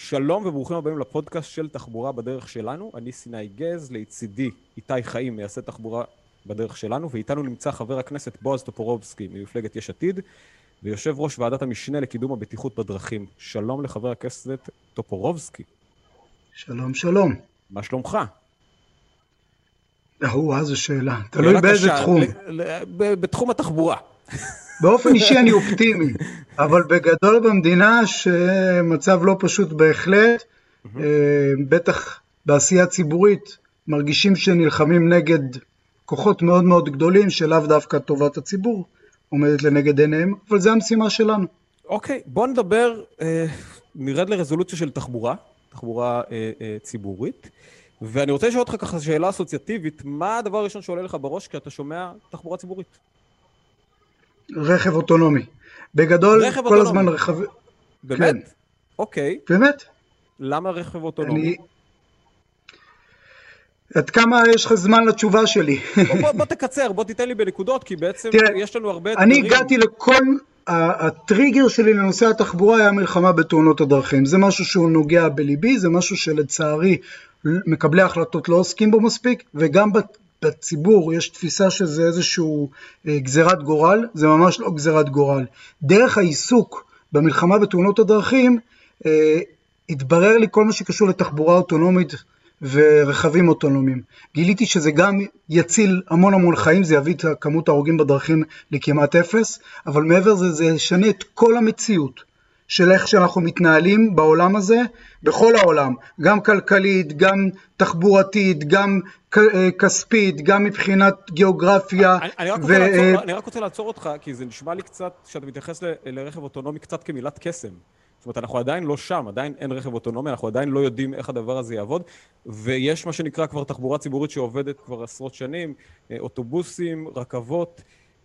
שלום וברוכים הבאים לפודקאסט של תחבורה בדרך שלנו. אני סיני גז, לצידי איתי חיים מייסד תחבורה בדרך שלנו, ואיתנו נמצא חבר הכנסת בועז טופורובסקי ממפלגת יש עתיד, ויושב ראש ועדת המשנה לקידום הבטיחות בדרכים. שלום לחבר הכנסת טופורובסקי. שלום, שלום. מה שלומך? זו שאלה. תלוי באיזה תחום. בתחום התחבורה. באופן אישי אני אופטימי, אבל בגדול במדינה שמצב לא פשוט בהחלט, בטח בעשייה ציבורית, מרגישים שנלחמים נגד כוחות מאוד מאוד גדולים, שלאו דווקא טובת הציבור עומדת לנגד עיניהם, אבל זה המשימה שלנו. אוקיי, בוא נדבר, נרד לרזולוציה של תחבורה ציבורית, ואני רוצה לשאול אותך ככה שאלה אסוציאטיבית, מה הדבר הראשון שעולה לך בראש כשאתה שומע תחבורה ציבורית? רכב אוטונומי. בגדול, כל הזמן רכב... באמת? כן. אוקיי. באמת? למה רכב אוטונומי? עד כמה יש לך זמן לתשובה שלי? בוא תקצר, בוא תיתן לי בנקודות, כי בעצם יש לנו הרבה... אני הגעתי לכל... הטריגר שלי לנושא התחבורה היה מלחמה בתאונות הדרכים. זה משהו שהוא נוגע בליבי, זה משהו שלצערי מקבלי ההחלטות לא עוסקים בו מספיק, וגם בציבור יש תפיסה שזה איזשהו גזירת גורל. זה ממש לא גזירת גורל. דרך העיסוק במלחמה בתאונות הדרכים, התברר לי כל מה שקשור לתחבורה אוטונומית ורכבים אוטונומיים. גיליתי שזה גם יציל המון המון חיים, זה יביא את כמות ההרוגים בדרכים לכמעט אפס, אבל מעבר לזה, זה ישנה את כל המציאות של איך שאנחנו מתנהלים בעולם הזה, בכל העולם, גם כלכלית, גם תחבורתית, גם כספית, גם מבחינת גיאוגרפיה. אני רק רוצה לעצור אותך, כי זה נשמע לי קצת, שאתה מתייחס לרכב אוטונומי קצת כמילת קסם. זאת אומרת, אנחנו עדיין לא שם, עדיין אין רכב אוטונומי, אנחנו עדיין לא יודעים איך הדבר הזה יעבוד, ויש מה שנקרא כבר תחבורה ציבורית שעובדת כבר עשרות שנים, אוטובוסים, רכבות,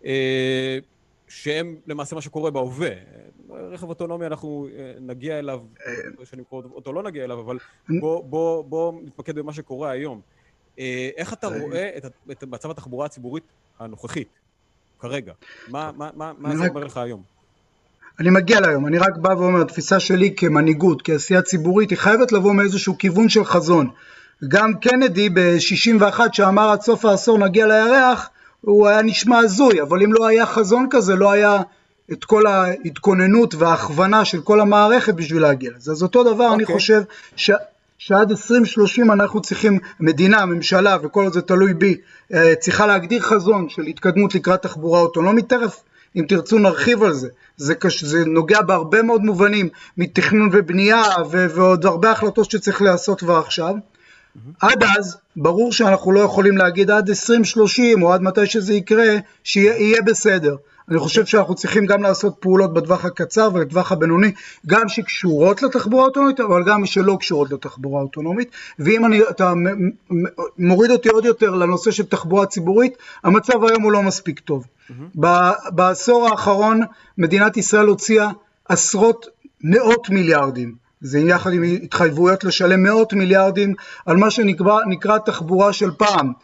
שהם למעשה מה שקורה בהווה. רכב אוטונומי אנחנו נגיע אליו, שאני קורא אותו לא נגיע אליו, אבל בוא נתמקד במה שקורה היום. איך אתה רואה את מצב התחבורה הציבורית הנוכחית, כרגע? מה זה אומר לך היום? אני מגיע להיום, אני רק בא ואומר, תפיסה שלי כמנהיגות, כעשייה ציבורית, היא חייבת לבוא מאיזשהו כיוון של חזון. גם קנדי ב-61 שאמר עד סוף העשור נגיע לירח, הוא היה נשמע הזוי, אבל אם לא היה חזון כזה, לא היה את כל ההתכוננות וההכוונה של כל המערכת בשביל להגיע לזה. אז אותו דבר אני חושב שעד 2030 אנחנו צריכים, מדינה, ממשלה וכל זה תלוי בי, צריכה להגדיר חזון של התקדמות לקראת תחבורה אוטונומית. תכף אם תרצו נרחיב על זה, זה נוגע בהרבה מאוד מובנים, מתכנון ובנייה ועוד הרבה החלטות שצריך לעשות כבר עכשיו. עד אז, ברור שאנחנו לא יכולים להגיד עד 2030 או עד מתי שזה יקרה, שיהיה בסדר. אני חושב שאנחנו צריכים גם לעשות פעולות בטווח הקצר ולטווח הבינוני, גם שקשורות לתחבורה אוטונומית, אבל גם שלא קשורות לתחבורה אוטונומית. ואם אתה מוריד אותי עוד יותר לנושא של תחבורה ציבורית, המצב היום הוא לא מספיק טוב. בעשור האחרון מדינת ישראל הוציאה עשרות מאות מיליארדים, זה יחד עם התחייבויות לשלם מאות מיליארדים על מה שנקרא תחבורה של פעם,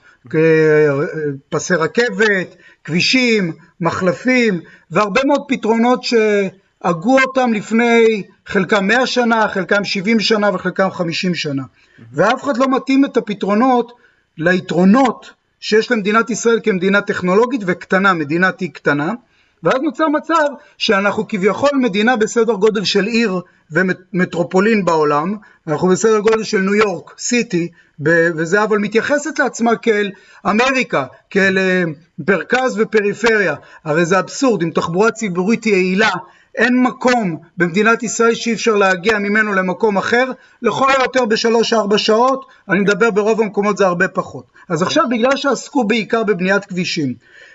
פסי רכבת, כבישים, מחלפים, והרבה מאוד פתרונות שהגו אותם לפני חלקם 100 שנה, חלקם 70 שנה וחלקם 50 שנה. ואף אחד לא מתאים את הפתרונות ליתרונות שיש למדינת ישראל כמדינה טכנולוגית וקטנה, מדינת היא קטנה, ואז נוצר מצב שאנחנו כביכול מדינה בסדר גודל של עיר ומטרופולין בעולם, אנחנו בסדר גודל של ניו יורק, סיטי, וזה אבל מתייחסת לעצמה כאל אמריקה, כאל מרכז ופריפריה. הרי זה אבסורד, אם תחבורה ציבורית יעילה, אין מקום במדינת ישראל שאי אפשר להגיע ממנו למקום אחר, לכל היותר ב3-4 שעות, אני מדבר ברוב המקומות זה הרבה פחות. אז עכשיו בגלל שעסקו בעיקר בבניית כבישים,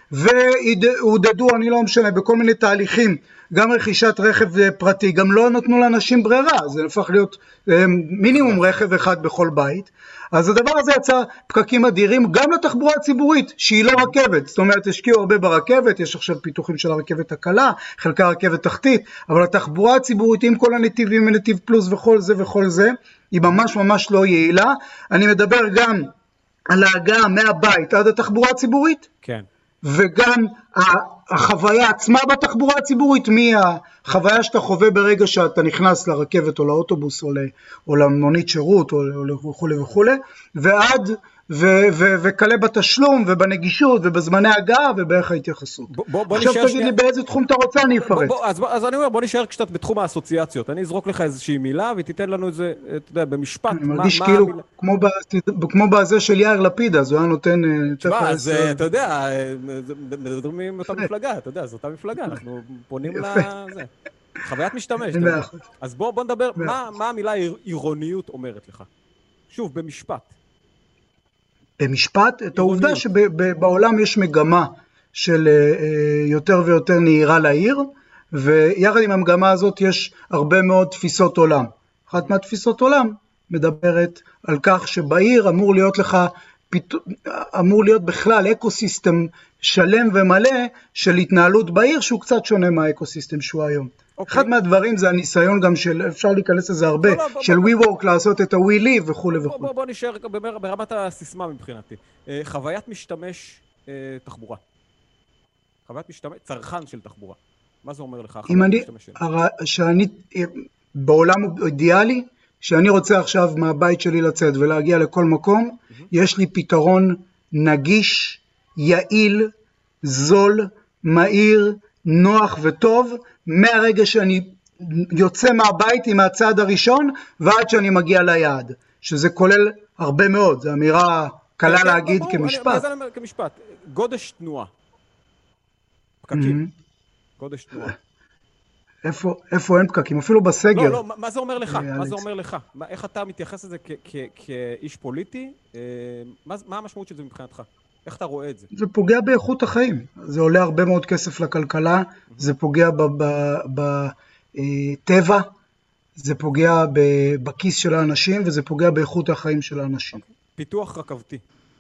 והודדו, אני לא משנה, בכל מיני תהליכים, גם רכישת רכב פרטי, גם לא נתנו לאנשים ברירה, זה הפך להיות מינימום רכב אחד בכל בית, אז הדבר הזה יצא פקקים אדירים גם לתחבורה הציבורית, שהיא לא רכבת, זאת אומרת, השקיעו הרבה ברכבת, יש עכשיו פיתוחים של הרכבת הקלה, חלקה רכבת תחתית, אבל התחבורה הציבורית עם כל הנתיבים, נתיב פלוס וכל זה, היא ממש ממש לא יעילה. אני מדבר גם על ההגעה מהבית עד התחבורה הציבורית, כן. וגם החוויה עצמה בתחבורה הציבורית, מהחוויה שאתה חווה ברגע שאתה נכנס לרכבת או לאוטובוס או למונית שירות או וכו' וכו', ועד וכלה בתשלום ובנגישות ובזמני הגעה ובערך ההתייחסות. עכשיו תגיד לי באיזה תחום אתה רוצה, אני אפרט. אז אני אומר, בוא נשאר קצת בתחום האסוציאציות. אני אזרוק לך איזושהי מילה ותיתן לנו את זה, אתה יודע, במשפט. אני מרגיש כאילו כמו בזה של יאיר לפיד, אז הוא היה נותן... אז אתה יודע, מדברים אותה מפלגה, אתה יודע, זו אותה מפלגה, אנחנו פונים לזה. חוויית משתמש. אז בוא נדבר, מה המילה עירוניות אומרת לך? שוב, במשפט. במשפט, את העובדה שבעולם יש מגמה של יותר ויותר נהירה לעיר, ויחד עם המגמה הזאת יש הרבה מאוד תפיסות עולם. אחת מהתפיסות עולם מדברת על כך שבעיר אמור להיות בכלל אקוסיסטם שלם ומלא של התנהלות בעיר, שהוא קצת שונה מהאקוסיסטם שהוא היום. אחד מהדברים זה הניסיון גם של, אפשר להיכנס לזה הרבה, של WeWork לעשות את ה-We Live וכו' וכו'. בוא נשאר ברמת הסיסמה מבחינתי. חוויית משתמש תחבורה. חוויית משתמש, צרכן של תחבורה. מה זה אומר לך? שאני, בעולם אידיאלי, שאני רוצה עכשיו מהבית שלי לצאת ולהגיע לכל מקום, יש לי פתרון נגיש, יעיל, זול, מהיר, נוח וטוב, מהרגע שאני יוצא מהבית עם הצעד הראשון, ועד שאני מגיע ליעד, שזה כולל הרבה מאוד, זו אמירה קלה להגיד כמשפט. מה זה אומר כמשפט? גודש תנועה. פקקים. גודש תנועה. איפה אין פקקים? אפילו בסגר. לא, מה זה אומר לך? מה זה אומר לך? איך אתה מתייחס לזה כאיש פוליטי? מה המשמעות של זה מבחינתך? איך אתה רואה את זה? זה פוגע באיכות החיים. זה עולה הרבה מאוד כסף לכלכלה, זה פוגע בטבע, זה פוגע בכיס של האנשים, וזה פוגע באיכות החיים של האנשים. פיתוח רכבתי.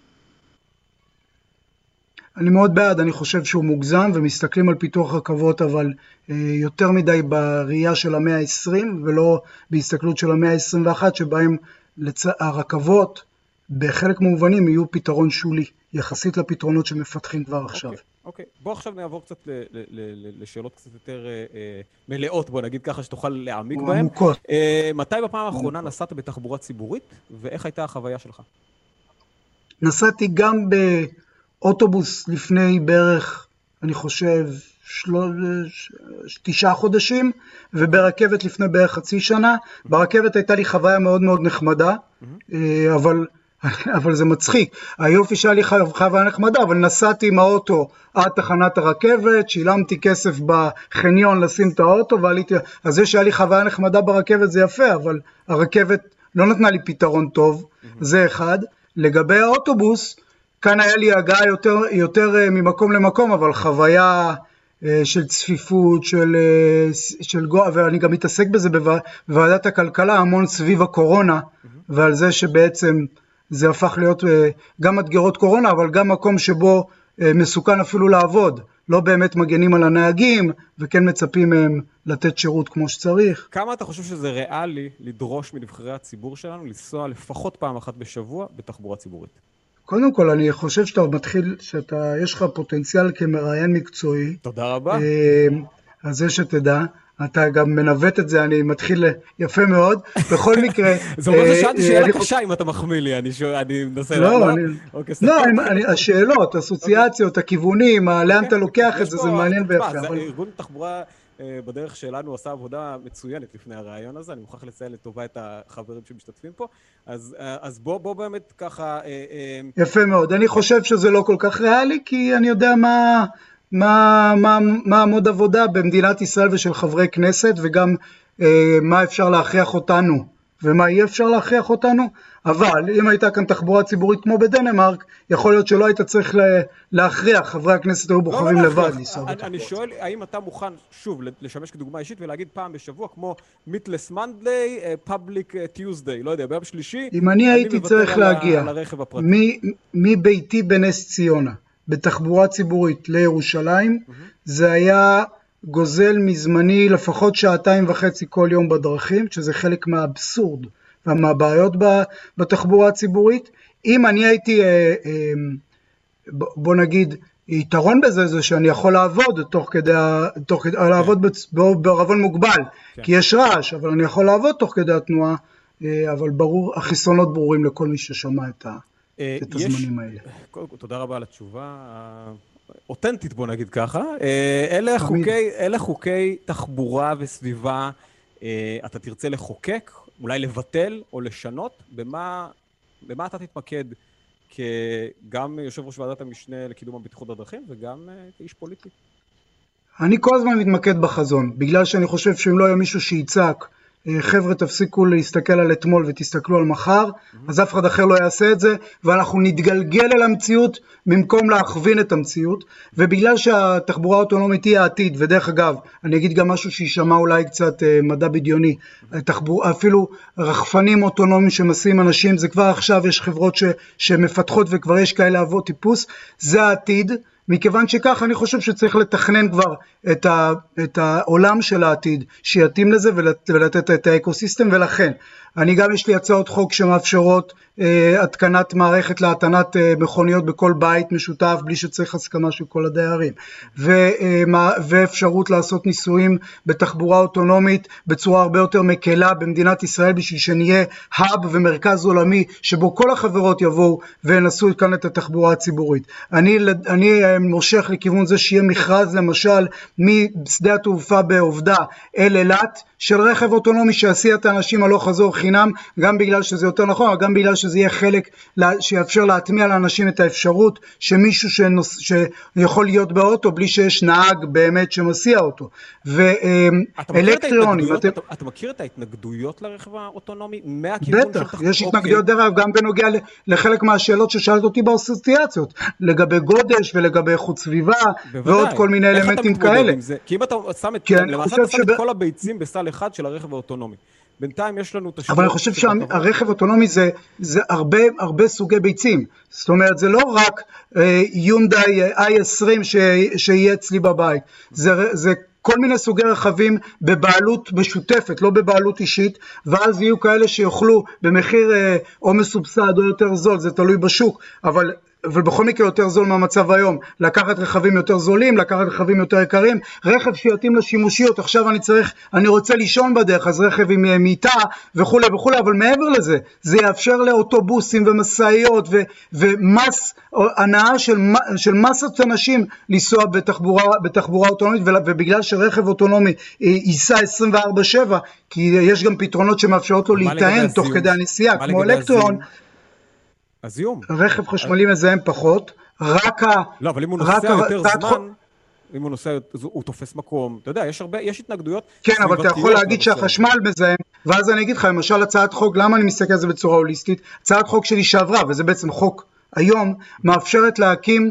אני מאוד בעד, אני חושב שהוא מוגזם, ומסתכלים על פיתוח רכבות, אבל יותר מדי בראייה של המאה ה-20, ולא בהסתכלות של המאה ה-21, שבהם הרכבות בחלק מובנים יהיו פתרון שולי, יחסית לפתרונות שמפתחים כבר עכשיו. אוקיי. בוא עכשיו נעבור קצת לשאלות קצת יותר מלאות, בוא נגיד ככה, שתוכל להעמיק בהן. עמוקות. מתי בפעם האחרונה נסעת בתחבורה ציבורית, ואיך הייתה החוויה שלך? נסעתי גם באוטובוס לפני בערך, אני חושב, 9 חודשים, וברכבת לפני בערך חצי שנה. ברכבת הייתה לי חוויה מאוד מאוד נחמדה, אבל זה מצחיק. היופי שהיה לי חוויה נחמדה, אבל נסעתי עם האוטו עד תחנת הרכבת, שילמתי כסף בחניון לשים את האוטו, אז זה שהיה לי חוויה נחמדה ברכבת זה יפה, אבל הרכבת לא נתנה לי פתרון טוב, זה אחד. לגבי האוטובוס, כאן היה לי הגעה יותר ממקום למקום, אבל חוויה של צפיפות, ואני גם מתעסק בזה בוועדת הכלכלה, המון סביב הקורונה, ועל זה שבעצם זה הפך להיות גם מאתגרות קורונה, אבל גם מקום שבו מסוכן אפילו לעבוד. לא באמת מגנים על הנהגים, וכן מצפים מהם לתת שירות כמו שצריך. כמה אתה חושב שזה ריאלי לדרוש מנבחרי הציבור שלנו לנסוע לפחות פעם אחת בשבוע בתחבורה ציבורית? קודם כל, אני חושב יש לך פוטנציאל כמראיין מקצועי. תודה רבה. אז זה שתדע. אתה גם מנווט את זה, אני מתחיל יפה מאוד. בכל מקרה... זה אומר ששאלתי שאלה קשה אם אתה מחמיא לי, אני מנסה... לא, השאלות, אסוציאציות, הכיוונים, לאן אתה לוקח את זה, זה מעניין ויפה. ארגון תחבורה בדרך שלנו עשה עבודה מצוינת לפני הרעיון הזה, אני מוכרח לציין לטובה את החברים שמשתתפים פה, אז בוא באמת ככה... יפה מאוד, אני חושב שזה לא כל כך ריאלי, כי אני יודע מה עמוד עבודה במדינת ישראל ושל חברי כנסת, וגם מה אפשר להכריח אותנו ומה אי אפשר להכריח אותנו. אבל אם הייתה כאן תחבורה ציבורית כמו בדנמרק, יכול להיות שלא היית צריך להכריח, חברי הכנסת היו בוחרים לבד לנסוע. אני שואל, האם אתה מוכן שוב לשמש כדוגמה אישית ולהגיד פעם בשבוע כמו מיטלס מנדליי, פאבליק טיוזדיי, לא יודע, ביום שלישי, אם אני הייתי צריך להגיע מביתי בנס ציונה בתחבורה ציבורית לירושלים, זה היה גוזל מזמני לפחות 2.5 כל יום בדרכים, שזה חלק מהאבסורד ומהבעיות בתחבורה הציבורית. אם אני הייתי, בוא נגיד, יתרון בזה זה שאני יכול לעבוד לעבוד בערבון מוגבל, כי יש רעש, אבל אני יכול לעבוד תוך כדי התנועה, אבל ברור, החסרונות ברורים לכל מי ששמע את הזמנים האלה. תודה רבה על התשובה אותנטית, בוא נגיד ככה. אלה חוקי תחבורה וסביבה, אתה תרצה לחוקק, אולי לבטל או לשנות, במה אתה תתמקד כגם יושב ראש ועדת המשנה לקידום הבטיחות בדרכים וגם כאיש פוליטי? אני כל הזמן מתמקד בחזון, בגלל שאני חושב שאם לא היה מישהו שיצעק, חבר'ה תפסיקו להסתכל על אתמול ותסתכלו על מחר, אז אף אחד אחר לא יעשה את זה, ואנחנו נתגלגל אל המציאות במקום להכווין את המציאות, ובגלל שהתחבורה האוטונומית היא העתיד, ודרך אגב, אני אגיד גם משהו שישמע אולי קצת מדע בדיוני, אפילו רחפנים אוטונומיים שמסיעים אנשים, זה כבר עכשיו יש חברות שמפתחות וכבר יש כאלה אבות טיפוס, זה העתיד, מכיוון שכך אני חושב שצריך לתכנן כבר את העולם של העתיד שיתאים לזה ולתת את האקוסיסטם, ולכן אני גם יש לי הצעות חוק שמאפשרות התקנת מערכת להטענת מכוניות בכל בית משותף בלי שצריך הסכמה של כל הדיירים, ואפשרות לעשות ניסויים בתחבורה אוטונומית בצורה הרבה יותר מקלה במדינת ישראל, בשביל שנהיה האב ומרכז עולמי שבו כל החברות יבואו ונסו כאן את התחבורה הציבורית. אני מושך לכיוון זה שיהיה מכרז למשל משדה התעופה בעובדה אל אילת של רכב אוטונומי שיסיע את האנשים הלוך חזור חינם, גם בגלל שזה יותר נכון, אבל גם בגלל שזה יהיה חלק שיאפשר להטמיע לאנשים את האפשרות שמישהו שיכול להיות באוטו בלי שיש נהג באמת שמסיע אותו. ואלקטרוני. אתה מכיר את ההתנגדויות לרכב האוטונומי מהכיוון של בטח, יש התנגדויות דרך גם בנוגע לחלק מהשאלות ששאלת אותי באסוציאציות, לגבי גודש ולגבי איכות סביבה ועוד כל מיני אלמנטים כאלה. כי אם אתה שם את כל הביצים בסל אחד של הרכב האוטונומי, בינתיים יש לנו תשתיות. אבל אני חושב שהרכב האוטונומי זה הרבה סוגי ביצים. זאת אומרת, זה לא רק יונדאי i20 שיהיה אצלי בבית. זה כל מיני סוגי רכבים בבעלות משותפת, לא בבעלות אישית, ואז יהיו כאלה שיוכלו במחיר או מסובסד או יותר זול, זה תלוי בשוק, אבל בכל מקרה יותר זול מהמצב היום, לקחת רכבים יותר זולים, לקחת רכבים יותר יקרים, רכב שיתאים לשימושיות, עכשיו אני רוצה לישון בדרך, אז רכב עם מיטה וכו' וכו', אבל מעבר לזה, זה יאפשר לאוטובוסים ומסעיות ומס, הנאה של מסות אנשים לנסוע בתחבורה אוטונומית, ובגלל שרכב אוטונומי ייסע 24/7, כי יש גם פתרונות שמאפשרות לו להיטען תוך כדי הנסיעה, כמו אלקטרון, הזיהום. רכב חשמלי מזהם פחות, לא, אבל אם הוא נוסע יותר זמן, אם הוא נוסע, הוא תופס מקום, אתה יודע, יש התנגדויות. כן, אבל אתה יכול להגיד שהחשמל מזהם, ואז אני אגיד לך, למשל הצעת חוק, למה אני מסתכל על זה בצורה הוליסטית? הצעת חוק שלי שעברה, וזה בעצם חוק היום, מאפשרת להקים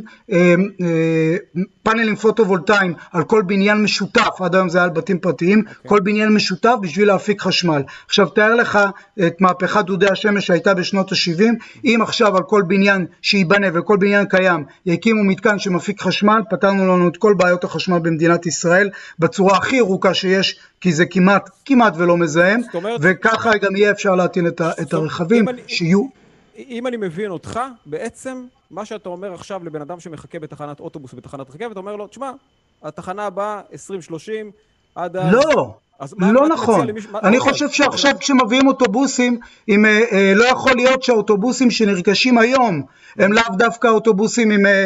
פאנלים פוטו-וולטאיים על כל בניין משותף, עד היום זה היה על בתים פרטיים, כל בניין משותף בשביל להפיק חשמל. עכשיו תאר לך את מהפכת דודי השמש שהייתה בשנות ה-70, אם עכשיו על כל בניין שיבנה וכל בניין קיים יקימו מתקן שמפיק חשמל, פתרנו לנו את כל בעיות החשמל במדינת ישראל בצורה הכי ארוכה שיש, כי זה כמעט ולא מזהם, וככה גם יהיה אפשר להטעין את הרכבים שיהיו. אם אני מבין אותך, בעצם מה שאתה אומר עכשיו לבן אדם שמחכה בתחנת אוטובוס ובתחנת רכבת, אתה אומר לו, תשמע, התחנה הבאה 2030 עד אז... לא נכון. אני חושב שעכשיו כשמביאים אוטובוסים, לא יכול להיות שהאוטובוסים שנרכשים היום, הם לאו דווקא אוטובוסים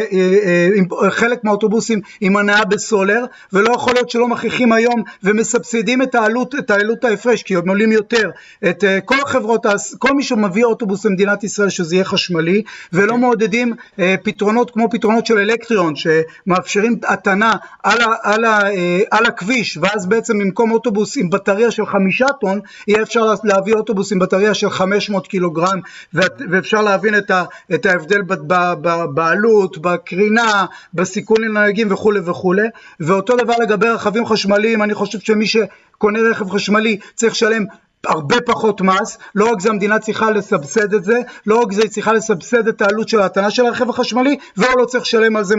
חלק מהאוטובוסים עם הנעה בסולר, ולא יכול להיות שלא מכריחים היום ומסבסדים את העלות ההפרש, כי הם עולים יותר. את כל החברות, כל מי שמביא אוטובוס למדינת ישראל שזה יהיה חשמלי, ולא מעודדים פתרונות כמו פתרונות של אלקטריון, שמאפשרים הטענה על הכביש, ואז בעצם במקום אוטובוס עם בטריה של 5 טון, יהיה אפשר להביא אוטובוס עם בטריה של 500 קילוגרם, ואפשר להבין את ההבדל בעלות, בקרינה, בסיכון לנהגים וכו' וכו'. ואותו דבר לגבי רכבים חשמליים, אני חושב שמי שקונה רכב חשמלי צריך לשלם הרבה פחות מס, לא רק זה המדינה צריכה לסבסד את זה, לא רק זה היא צריכה לסבסד את העלות של ההטענה של הרכב החשמלי, ולא צריך לשלם על זה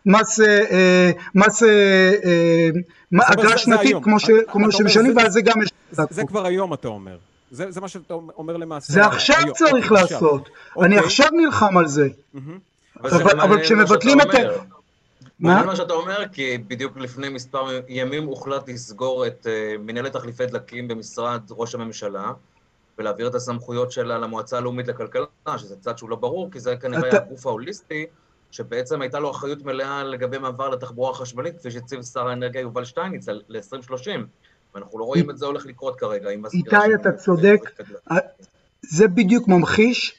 מס אגרה שנתית כמו שמשלמים, ועל זה גם יש... זה כבר היום אתה אומר, זה מה שאתה אומר למעשה. זה עכשיו צריך לעשות, אני עכשיו נלחם על זה, אבל כשמבטלים את... מעניין מה שאתה אומר, כי בדיוק לפני מספר ימים הוחלט לסגור את מנהלת תחליפי דלקים במשרד ראש הממשלה, ולהעביר את הסמכויות שלה למועצה הלאומית לכלכלה, שזה צד שהוא לא ברור, כי זה כנראה הגוף ההוליסטי, שבעצם הייתה לו אחריות מלאה לגבי מעבר לתחבורה חשמלית, כפי שהציב שר האנרגיה יובל שטייניץ ל-2030, ואנחנו לא רואים את זה הולך לקרות כרגע. איתי, אתה צודק, זה בדיוק ממחיש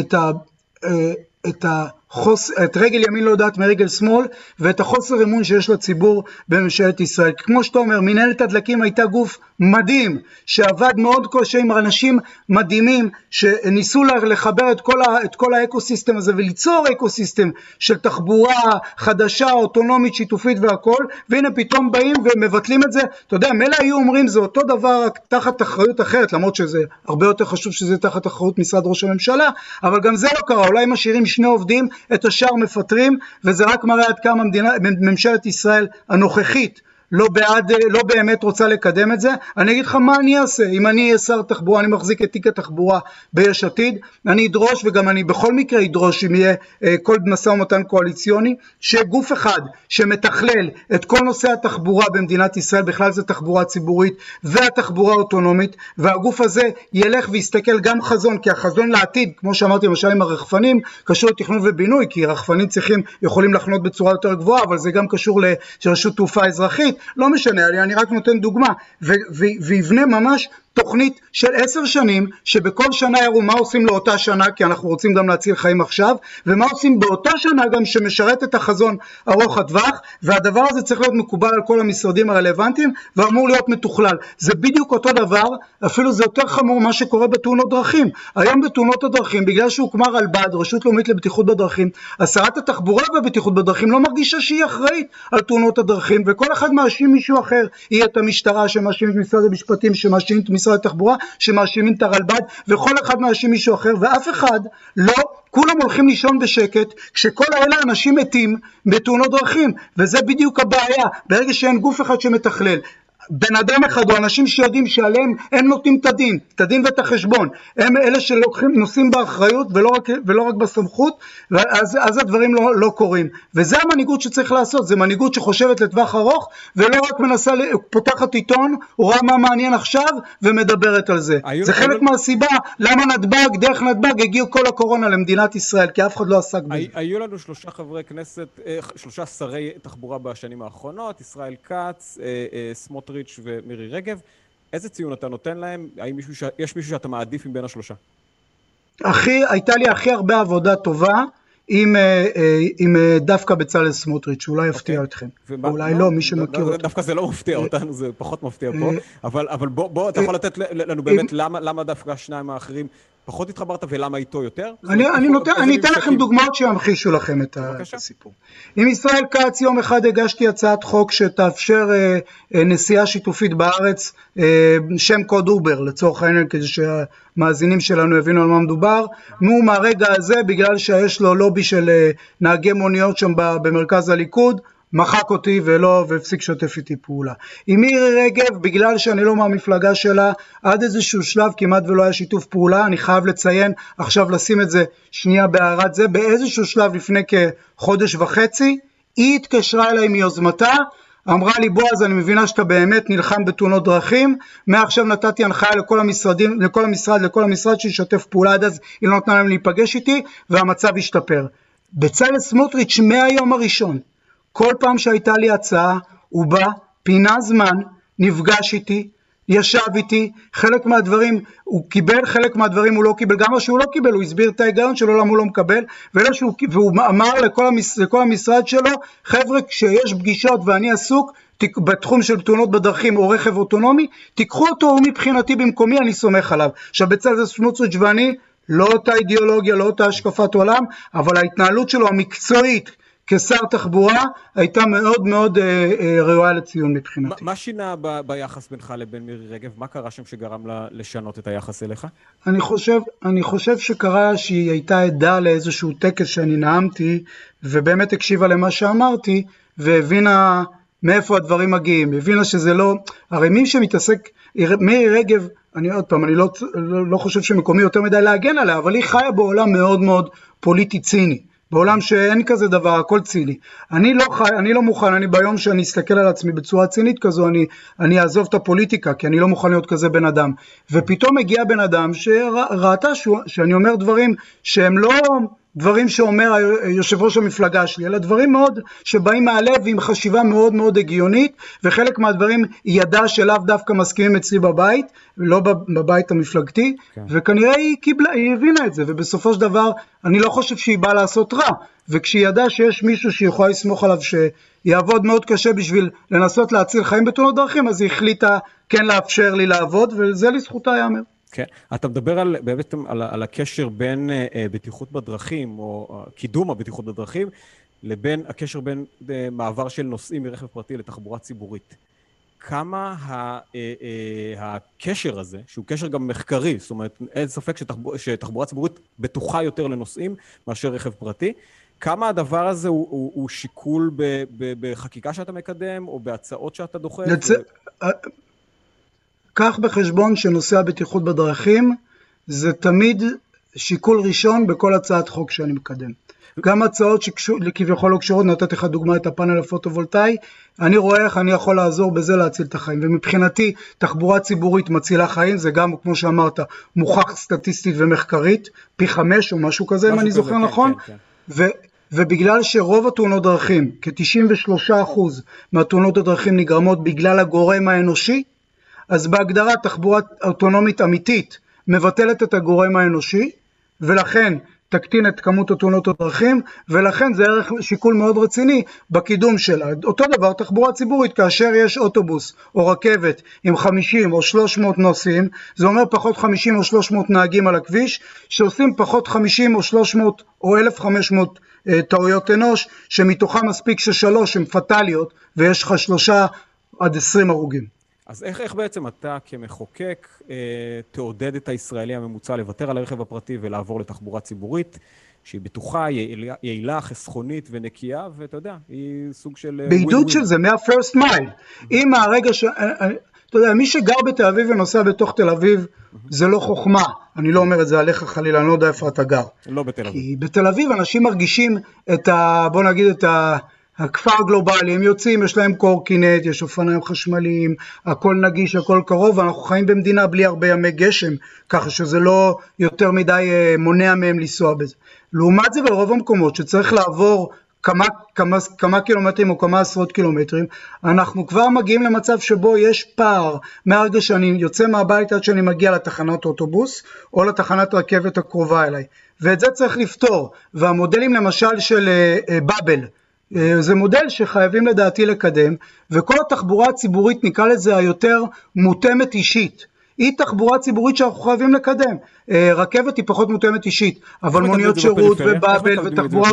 את רגל ימין לא יודעת מרגל שמאל, ואת החוסר אמון שיש לציבור בממשלת ישראל. כמו שאתה אומר, מנהלת הדלקים הייתה גוף מדהים, שעבד מאוד קשה עם אנשים מדהימים, שניסו לחבר את כל האקוסיסטם הזה, וליצור אקוסיסטם של תחבורה חדשה, אוטונומית, שיתופית והכל, והנה פתאום באים ומבטלים את זה. אתה יודע, מלא היו אומרים, זה אותו דבר תחת אחריות אחרת, למרות שזה הרבה יותר חשוב שזה תחת אחריות משרד ראש הממשלה, אבל גם זה לא קרה. אולי משאירים שני עובדים, את השאר מפטרים, וזה רק מראה עד כמה ממשלת ישראל הנוכחית לא באמת רוצה לקדם את זה. אני אגיד לך מה אני אעשה, אם אני אהיה שר תחבורה, אני מחזיק את תיק התחבורה ביש עתיד, אני אדרוש, וגם אני בכל מקרה אדרוש, אם יהיה כל משא ומתן קואליציוני, שגוף אחד שמתכלל את כל נושא התחבורה במדינת ישראל, בכלל זה תחבורה ציבורית והתחבורה האוטונומית, והגוף הזה ילך ויסתכל גם חזון, כי החזון לעתיד, כמו שאמרתי למשל עם הרחפנים, קשור לתכנון ובינוי, כי רחפנים יכולים לחנות בצורה יותר גבוהה, אבל זה גם קשור לרשות תעופה אזרחית, לא משנה, אני רק נותן דוגמה, ויבנה ממש תוכנית של 10 שנים, שבכל שנה יראו מה עושים לאותה שנה, כי אנחנו רוצים גם להציל חיים עכשיו, ומה עושים באותה שנה גם שמשרת את החזון ארוך הטווח, והדבר הזה צריך להיות מקובל על כל המשרדים הרלוונטיים, ואמור להיות מתוכלל. זה בדיוק אותו דבר, אפילו זה יותר חמור מה שקורה בתאונות דרכים. היום בתאונות הדרכים, בגלל שהוקמה רלב"ד, רשות לאומית לבטיחות בדרכים, שרת התחבורה והבטיחות בדרכים לא מרגישה שהיא אחראית על תאונות הדרכים, וכל אחד מאשים מישהו אחר, יהיה את המשטרה שמאשים את משרד המשפטים, שמאשים את משרד התחבורה, שמאשימים את הרלב"ד, וכל אחד מאשים מישהו אחר, ואף אחד לא, כולם הולכים לישון בשקט, כשכל האלה אנשים מתים בתאונות דרכים, וזה בדיוק הבעיה, ברגע שאין גוף אחד שמתכלל, בן אדם אחד או אנשים שיודעים שעליהם הם נותנים את הדין ואת החשבון, הם אלה שנושאים באחריות ולא רק בסמכות, אז הדברים לא קורים, וזה המנהיגות שצריך לעשות, זה מנהיגות שחושבת לטווח ארוך, ולא רק מנסה, פותחת עיתון, או רואה מה מעניין עכשיו, ומדברת על זה. זה חלק מהסיבה, למה דרך נתב"ג הגיעו כל הקורונה למדינת ישראל, כי אף אחד לא עסק בזה. היו לנו 3 חברי כנסת, 3 שרי תחבורה בשנים האחרונות, ישראל כץ, סמוטריץ' ומירי רגב. איזה ציון אתה נותן להם? יש מישהו שאתה מעדיף מבין השלושה? הייתה לי הכי הרבה עבודה טובה עם דווקא בצלאל סמוטריץ', אולי יפתיע אתכם. אולי לא, מי שמכיר אותו. דווקא זה לא מפתיע אותנו, זה פחות מפתיע פה. אבל בוא, אתה יכול לתת לנו באמת למה דווקא השניים האחרים פחות התחברת ולמה איתו יותר? אני אתן לכם דוגמאות שימחישו לכם את הסיפור. עם ישראל כץ יום אחד הגשתי הצעת חוק שתאפשר נסיעה שיתופית בארץ, שם קוד אובר לצורך העניין, כדי שהמאזינים שלנו יבינו על מה מדובר. מהרגע הזה, בגלל שיש לו לובי של נהגי מוניות שם במרכז הליכוד, מחק אותי והפסיק שותף איתי פעולה. עם מירי רגב, בגלל שאני לא מהמפלגה שלה, עד איזשהו שלב כמעט ולא היה שיתוף פעולה, אני חייב לציין, עכשיו לשים את זה שנייה בהערת זה, באיזשהו שלב לפני כחודש וחצי, היא התקשרה אליי מיוזמתה, אמרה לי, בועז, אני מבינה שאתה באמת נלחם בתאונות דרכים, מעכשיו נתתי הנחיה לכל המשרד שישתף פעולה, עד אז היא לא נתנה להם להיפגש איתי, והמצב השתפר. בצלאל סמוטריץ' מהיום הראשון, כל פעם שהייתה לי הצעה, הוא בא, פינה זמן, נפגש איתי, ישב איתי, חלק מהדברים הוא קיבל, חלק מהדברים הוא לא קיבל, גם מה שהוא לא קיבל, הוא הסביר את ההיגיון שלו למה הוא לא מקבל, והוא אמר לכל המשרד שלו, חבר'ה, כשיש פגישות ואני עסוק, בתחום של תאונות בדרכים או רכב אוטונומי, תיקחו אותו מבחינתי במקומי, אני סומך עליו. עכשיו בצלאל סמוטריץ' ואני, לא אותה אידיאולוגיה, לא אותה השקפת עולם, אבל ההתנהלות שלו המקצועית, כשר תחבורה, הייתה מאוד מאוד ראויה לציון מבחינתי. מה שינה ביחס בינך לבין מירי רגב? מה קרה שם שגרם לה לשנות את היחס אליך? אני חושב שקרה שהיא הייתה עדה לאיזשהו טקס שאני נאמתי, ובאמת הקשיבה למה שאמרתי, והבינה מאיפה הדברים מגיעים, הבינה שזה לא, הרי מי שמתעסק, מירי רגב, אני לא חושב שמקומי יותר מדי להגן עליה, אבל היא חיה בעולם מאוד מאוד פוליטי ציני, בעולם שאין כזה דבר, הכל ציני. אני לא מוכן, אני ביום שאני אסתכל על עצמי בצורה צינית כזו, אני אעזוב את הפוליטיקה, כי אני לא מוכן להיות כזה בן אדם. ופתאום הגיע בן אדם שראתה שאני אומר דברים שהם לא דברים שאומר יושב ראש המפלגה שלי, אלא דברים מאוד שבאים מהלב עם חשיבה מאוד מאוד הגיונית, וחלק מהדברים ידע שלאו דווקא מסכימים אצלי בבית, לא בבית המפלגתי, כן. וכנראה היא הבינה את זה, ובסופו של דבר אני לא חושב שהיא באה לעשות רע, וכשהיא ידעה שיש מישהו שהיא יכולה לסמוך עליו שיעבוד מאוד קשה בשביל לנסות להציל חיים בתאונות דרכים, אז היא החליטה כן לאפשר לי לעבוד, וזה לזכותה יאמר. כן, אתה מדבר על הקשר בין בטיחות בדרכים, או קידום הבטיחות בדרכים, לבין הקשר בין מעבר של נוסעים מרכב פרטי לתחבורה ציבורית. כמה הקשר הזה, שהוא קשר גם מחקרי, זאת אומרת, אין ספק שתחבורה ציבורית בטוחה יותר לנוסעים מאשר רכב פרטי, כמה הדבר הזה הוא שיקול בחקיקה שאתה מקדם, או בהצעות שאתה דוחף? קח בחשבון שנושא הבטיחות בדרכים זה תמיד שיקול ראשון בכל הצעת חוק שאני מקדם. גם הצעות שכביכול לא קשורות, נתתי לך דוגמה את הפאנל הפוטו-וולטאי, אני רואה איך אני יכול לעזור בזה להציל את החיים, ומבחינתי תחבורה ציבורית מצילה חיים, זה גם כמו שאמרת מוכח סטטיסטית ומחקרית, פי 5 או משהו כזה אם אני זוכר נכון, ובגלל שרוב התאונות דרכים, כ-93% מהתאונות הדרכים נגרמות בגלל הגורם האנושי, אז בהגדרה תחבורה אוטונומית אמיתית מבטלת את הגורם האנושי, ולכן תקטין את כמות התאונות הדרכים, ולכן זה ערך שיקול מאוד רציני בקידום שלה. אותו דבר תחבורה ציבורית, כאשר יש אוטובוס או רכבת עם 50 או 300 נוסעים, זה אומר פחות 50 או 300 נהגים על הכביש, שעושים פחות 50 או 300 או 1,500 טעויות אנוש, שמתוכם מספיק ששלוש הם פטליות, ויש לך 3 עד 20 הרוגים. אז איך בעצם אתה כמחוקק תעודד את הישראלי הממוצע לוותר על הרכב הפרטי ולעבור לתחבורה ציבורית, שהיא בטוחה, יעילה, חסכונית ונקייה, ואתה יודע, היא סוג של... בעידוד של זה, מה-first mile. אם הרגע אתה יודע, מי שגר בתל אביב ונוסע בתוך תל אביב, זה לא חוכמה. אני לא אומר את זה עליך חלילה, אני לא יודע איפה אתה גר. לא בתל אביב. כי בתל אביב אנשים מרגישים בוא נגיד הכפר גלובלי, הם יוצאים, יש להם קורקינט, יש אופניים חשמליים, הכל נגיש, הכל קרוב, ואנחנו חיים במדינה בלי הרבה ימי גשם, ככה שזה לא יותר מדי מונע מהם לנסוע בזה. לעומת זה ברוב המקומות שצריך לעבור כמה קילומטרים או כמה עשרות קילומטרים, אנחנו כבר מגיעים למצב שבו יש פער מהרגע שאני יוצא מהבית עד שאני מגיע לתחנת אוטובוס, או לתחנת רכבת הקרובה אליי. ואת זה צריך לפתור, והמודלים למשל של באבל, זה מודל שחייבים לדעתי לקדם, וכל התחבורה הציבורית נקרא לזה היותר מותאמת אישית. היא תחבורה ציבורית שאנחנו חייבים לקדם. רכבת היא פחות מותאמת אישית, אבל מוניות שירות ובאבל ותחבורה...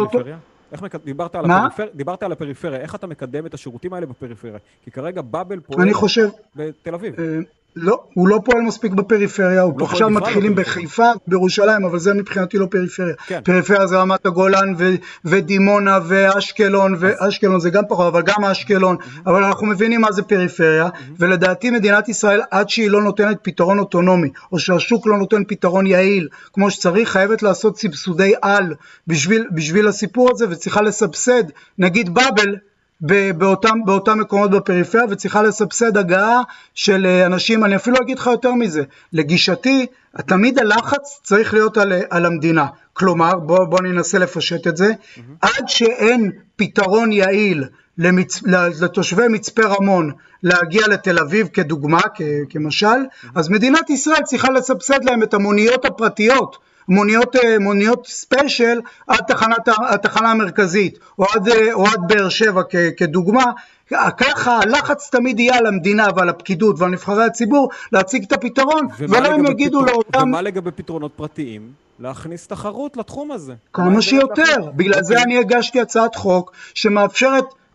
דיברת על הפריפריה, איך אתה מקדם את השירותים האלה בפריפריה? כי כרגע באבל פועל בתל אביב. לא, הוא לא פועל מספיק בפריפריה, הוא עכשיו מתחילים בחיפה, בירושלים, אבל זה מבחינתי לא פריפריה. פריפריה זה רמת הגולן ודימונה ואשקלון, ואשקלון זה גם פחות, אבל גם אשקלון, אבל אנחנו מבינים מה זה פריפריה, ולדעתי מדינת ישראל, עד שהיא לא נותנת פתרון אוטונומי, או שהשוק לא נותן פתרון יעיל, כמו שצריך, חייבת לעשות סבסודי על בשביל הסיפור הזה, וצריכה לסבסד, נגיד באבל, באותם מקומות בפריפריה, וצריכה לסבסד הגעה של אנשים, אני אפילו אגיד לך יותר מזה, לגישתי, תמיד הלחץ צריך להיות על המדינה, כלומר, בוא ננסה לפשט את זה, עד שאין פתרון יעיל לתושבי מצפה רמון להגיע לתל אביב כדוגמה, כמשל, אז מדינת ישראל צריכה לסבסד להם את המוניות הפרטיות, מוניות ספיישל עד התחנה המרכזית, או עד באר שבע כדוגמה. ככה הלחץ תמיד יהיה על המדינה ועל הפקידות ועל נבחרי הציבור להציג את הפתרון, ולא הם יגידו לאותם... ומה לגבי פתרונות פרטיים? להכניס תחרות לתחום הזה. כמה שיותר, בגלל זה אני הגשתי הצעת חוק שמאפשרת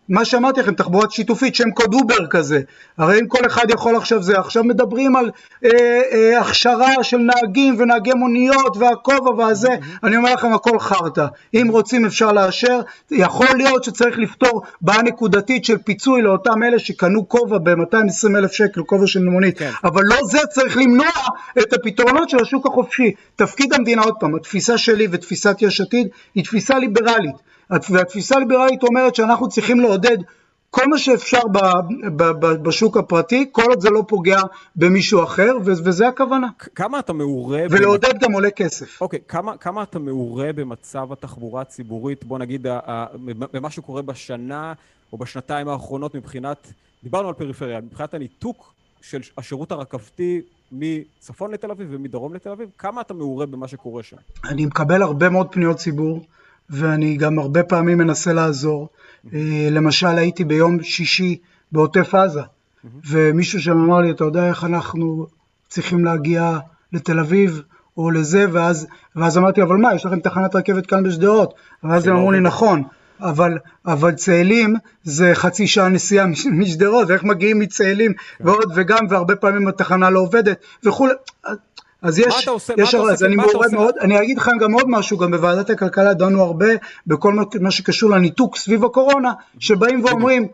מה שאמרתי לכם, תחבורה שיתופית, שם קוד אובר כזה, הרי אם כל אחד יכול עכשיו מדברים על הכשרה של נהגים ונהגי מוניות והכובע והזה, אני אומר לכם הכל חרטה, אם רוצים אפשר לאשר, יכול להיות שצריך לפתור בעיה נקודתית של פיצוי לאותם אלה שקנו כובע ב-220,000 שקל, כובע של מונית, אבל לא זה צריך למנוע את הפתרונות של השוק החופשי. תפקיד המדינה, עוד פעם, התפיסה שלי ותפיסת יש עתיד היא תפיסה ליברלית, והתפיסה הליברלית אומרת שאנחנו צריכים לעודד כל מה שאפשר בשוק הפרטי, כל עוד זה לא פוגע במישהו אחר, וזה הכוונה. כמה אתה מעורה... ולעודד גם עולה כסף. אוקיי, כמה אתה מעורה במצב התחבורה הציבורית, בוא נגיד, במה שקורה בשנה או בשנתיים האחרונות מבחינת, דיברנו על פריפריה, מבחינת הניתוק של השירות הרכבתי מצפון לתל אביב ומדרום לתל אביב, כמה אתה מעורה במה שקורה שם? אני מקבל הרבה מאוד פניות ציבור, ואני גם הרבה פעמים מנסה לעזור. למשל הייתי ביום שישי בעוטף עזה, ומישהו שם אמר לי, אתה יודע איך אנחנו צריכים להגיע לתל אביב או לזה, ואז אמרתי, אבל מה, יש לכם תחנת רכבת כאן בשדרות? ואז הם אמרו לי, נכון, אבל צאלים זה חצי שעה נסיעה משדרות, ואיך מגיעים מצאלים ועוד וגם, והרבה פעמים התחנה לא עובדת וכו'. אז אני מעורב מאוד, אני אגיד לכם גם עוד משהו, גם בוועדת הכלכלה דנו הרבה בכל מה שקשור לניתוק סביב הקורונה, שבאים ואומרים,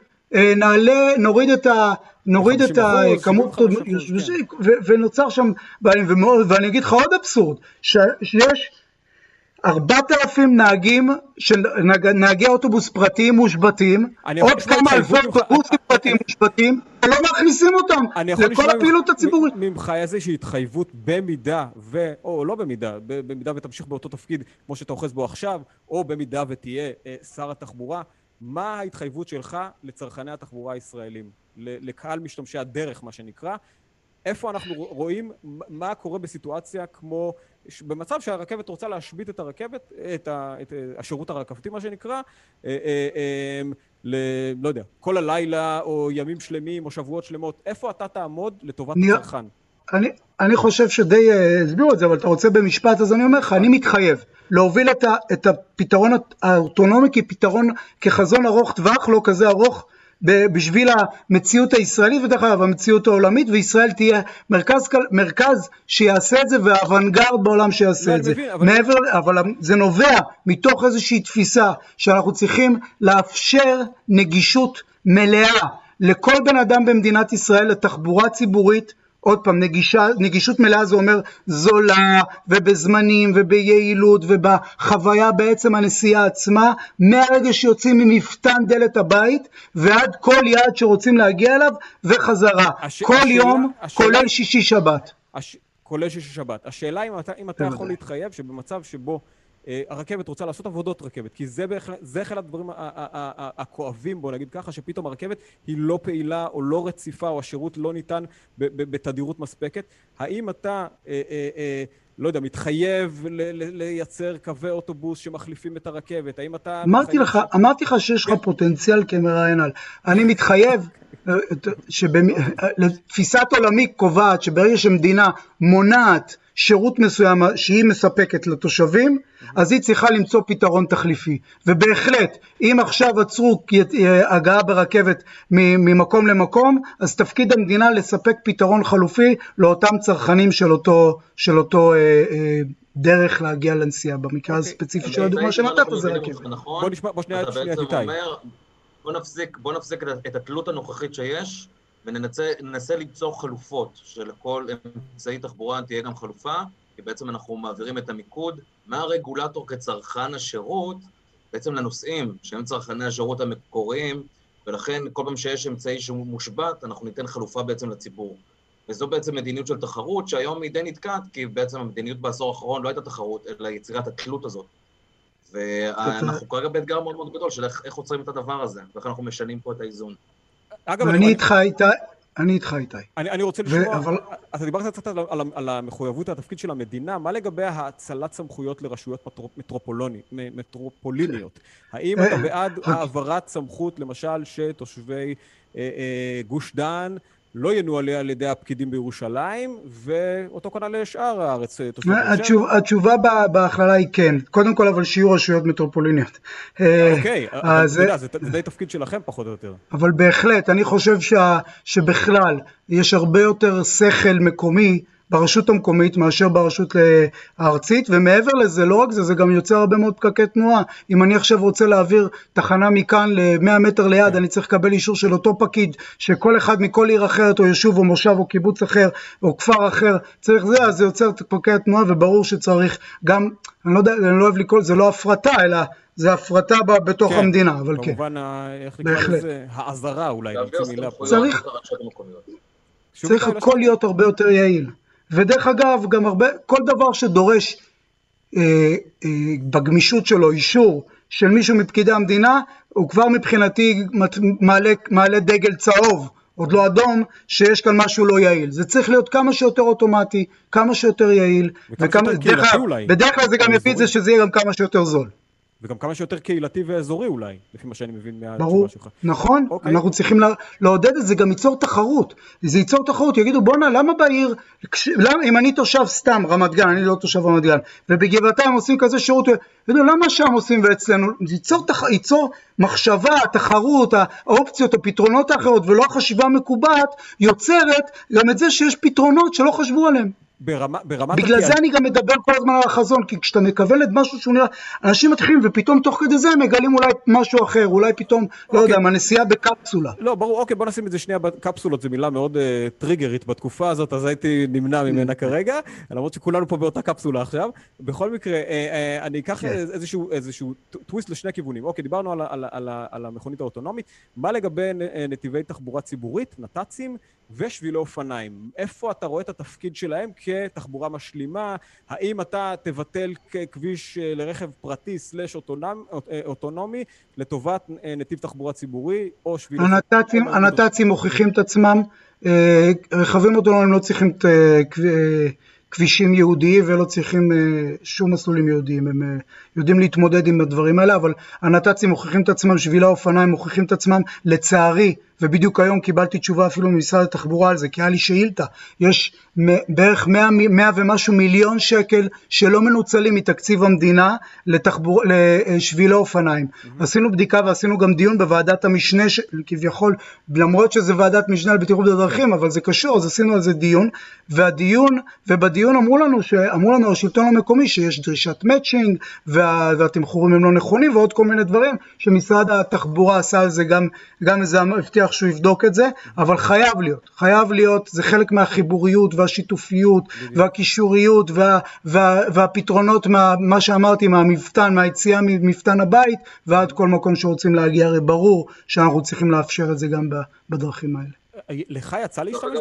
נוריד את הכמות, ונוצר שם, ואני אגיד לך עוד אבסורד, שיש 4,000 נהגי אוטובוס פרטיים מושבתים, עוד כמה אלפי אוטובוסים פרטיים מושבתים, ולא מכניסים אותם לכל הפעילות הציבורית. ממך איזושהי התחייבות במידה, או לא במידה ותמשיך באותו תפקיד כמו שאתה אוחז בו עכשיו, או במידה ותהיה שר התחבורה, מה ההתחייבות שלך לצרכני התחבורה הישראלים, לקהל משתמשי הדרך מה שנקרא, איפה אנחנו רואים מה קורה בסיטואציה כמו, במצב שהרכבת רוצה להשבית את הרכבת, את השירות הרכבתי מה שנקרא, לא יודע, כל הלילה או ימים שלמים או שבועות שלמות, איפה אתה תעמוד לטובת הצרכן? אני חושב שדי הסבירו את זה, אבל אתה רוצה במשפט, אז אני אומר לך, אני מתחייב להוביל את הפתרון האוטונומי כחזון ארוך טווח, לא כזה ארוך, בשביל המציאות הישראלית ודרך אגב המציאות העולמית, וישראל תהיה מרכז שיעשה את זה והאוונגרד בעולם שיעשה את זה. אבל זה נובע מתוך איזושהי תפיסה שאנחנו צריכים לאפשר נגישות מלאה לכל בן אדם במדינת ישראל לתחבורה ציבורית. עוד פעם, נגישות מלאה זה אומר זולה ובזמנים וביעילות ובחוויה בעצם הנסיעה עצמה, מהרגע שיוצאים ממפתן דלת הבית ועד כל יעד שרוצים להגיע אליו וחזרה, כל יום כולל שישי שבת. כולל שישי שבת. השאלה אם אתה יכול להתחייב שבמצב שבו הרכבת רוצה לעשות עבודות רכבת, כי זה אחד הדברים הכואבים, בוא נגיד ככה, שפתאום הרכבת היא לא פעילה או לא רציפה, או השירות לא ניתן בתדירות מספקת. האם אתה, לא יודע, מתחייב לייצר קווי אוטובוס שמחליפים את הרכבת? האם אתה... אמרתי לך שיש לך פוטנציאל כמראיין על. אני מתחייב לתפיסת עולמי קובעת שברגע שמדינה מונעת שירות מסוים שהיא מספקת לתושבים, אז היא צריכה למצוא פתרון תחליפי. ובהחלט, אם עכשיו עצרו הגעה ברכבת ממקום למקום, אז תפקיד המדינה לספק פתרון חלופי לאותם צרכנים של אותו דרך להגיע לנסיעה. במקרה הספציפי של הדוגמה שנתת זה רכבת. בוא שנייה איתי. בוא נפסיק את התלות הנוכחית שיש, וננסה ליצור חלופות, שלכל אמצעי תחבורה תהיה גם חלופה, כי בעצם אנחנו מעבירים את המיקוד מהרגולטור כצרכן השירות, בעצם לנושאים שהם צרכני השירות המקוריים, ולכן כל פעם שיש אמצעי שהוא מושבת, אנחנו ניתן חלופה בעצם לציבור. וזו בעצם מדיניות של תחרות, שהיום היא די נתקעת, כי בעצם המדיניות בעשור האחרון לא הייתה תחרות, אלא יצירת התלות הזאת. ואנחנו כרגע באתגר מאוד מאוד גדול של איך עוצרים את הדבר הזה, ואיך אנחנו משנים פה את האיזון. אני איתך איתי. אני רוצה לשמוע, אתה דיברת קצת על המחויבות והתפקיד של המדינה, מה לגבי האצלת סמכויות לרשויות מטרופוליניות? האם אתה בעד העברת סמכות, למשל, שתושבי גוש דן לא ינוהל על ידי הפקידים בירושלים, ואותו כנ"ל לשאר הארץ. התשובה בהכללה היא כן. קודם כל, אבל שיהיו רשויות מטרופוליניות. אוקיי, זה די תפקיד שלכם פחות או יותר. אבל בהחלט, אני חושב שבכלל יש הרבה יותר שכל מקומי ברשות המקומית מאשר ברשות הארצית, ומעבר לזה, לא רק זה, זה גם יוצר הרבה מאוד פקקי תנועה. אם אני עכשיו רוצה להעביר תחנה מכאן ל-100 מטר ליד, אני צריך לקבל אישור של אותו פקיד, שכל אחד מכל עיר אחרת, או יישוב, או מושב, או קיבוץ אחר, או כפר אחר, צריך זה, אז זה יוצר פקקי תנועה, וברור שצריך גם, אני לא אוהב לקרוא, זה לא הפרטה, אלא זה הפרטה בתוך המדינה, אבל כן. כמובן, איך לקרוא לזה, העזרה אולי, צריך הכל להיות הרבה יותר יעיל. ודרך אגב, גם כל דבר שדורש בגמישות שלו אישור של מישהו מפקידי המדינה, הוא כבר מבחינתי מעלה דגל צהוב, עוד לא אדום, שיש כאן משהו לא יעיל. זה צריך להיות כמה שיותר אוטומטי, כמה שיותר יעיל, בדרך כלל זה גם יביא את זה שזה יהיה גם כמה שיותר זול. וגם כמה שיותר קהילתי ואזורי אולי, לפי מה שאני מבין מהתשובה שלך. נכון, אנחנו צריכים לעודד את זה, גם ייצור תחרות. זה ייצור תחרות, יגידו בוא'נה, למה בעיר, אם אני תושב סתם רמת גן, אני לא תושב רמת גן, ובגבעתיים עושים כזה שירות, יגידו למה שם עושים ואצלנו, ייצור מחשבה, תחרות, האופציות, הפתרונות האחרות, ולא החשיבה המקובעת, יוצרת גם את זה שיש פתרונות שלא חשבו עליהם. בגלל זה אני גם מדבר כל הזמן על החזון, כי כשאתה מקבל את משהו שהוא נראה, אנשים מתחילים ופתאום תוך כדי זה הם מגלים אולי משהו אחר, אולי פתאום, לא יודע, הנסיעה בקפסולה. לא, ברור, אוקיי, בוא נשים את זה שנייה בקפסולות, זו מילה מאוד טריגרית בתקופה הזאת, אז הייתי נמנע ממנה כרגע, למרות שכולנו פה באותה קפסולה עכשיו. בכל מקרה, אני אקח איזשהו טוויסט לשני כיוונים. אוקיי, דיברנו על המכונית האוטונומית, מה לגבי נתיבי תחבורה ציבורית, נת"צים ושבילי אופניים? איפה אתה רואה את התפקיד שלהם כתחבורה משלימה? האם אתה תבטל כביש לרכב פרטי סלש אוטונומי לטובת נתיב תחבורה ציבורי או שביל? הנת"צים מוכיחים את עצמם, רכבים אוטונומיים לא צריכים כבישים יהודיים ולא צריכים שום מסלולים יהודיים, הם יודעים להתמודד עם הדברים האלה, אבל הנת"צים מוכיחים את עצמם, שבילי האופניים מוכיחים את עצמם, לצערי, ובדיוק היום קיבלתי תשובה אפילו ממשרד התחבורה על זה, כי היה לי שאילתה, יש בערך 100 ומשהו מיליון שקל שלא מנוצלים מתקציב המדינה לשבילי אופניים. עשינו בדיקה ועשינו גם דיון בוועדת המשנה, כביכול, למרות שזה ועדת משנה לבטיחות בדרכים, אבל זה קשור, אז עשינו על זה דיון, ובדיון אמרו לנו השלטון המקומי שיש דרישת מאצ'ינג, והתמחורים הם לא נכונים, ועוד כל מיני דברים, שמשרד התחבורה עשה על זה גם איזה הבטיח שהוא יבדוק את זה, אבל חייב להיות, זה חלק מהחיבוריות והשיתופיות והקישוריות והפתרונות, מה שאמרתי, מהמפתן, מהיציאה ממפתן הבית, ועד כל מקום שרוצים להגיע, הרי ברור שאנחנו צריכים לאפשר את זה גם בדרכים האלה. לך יצא להשתמש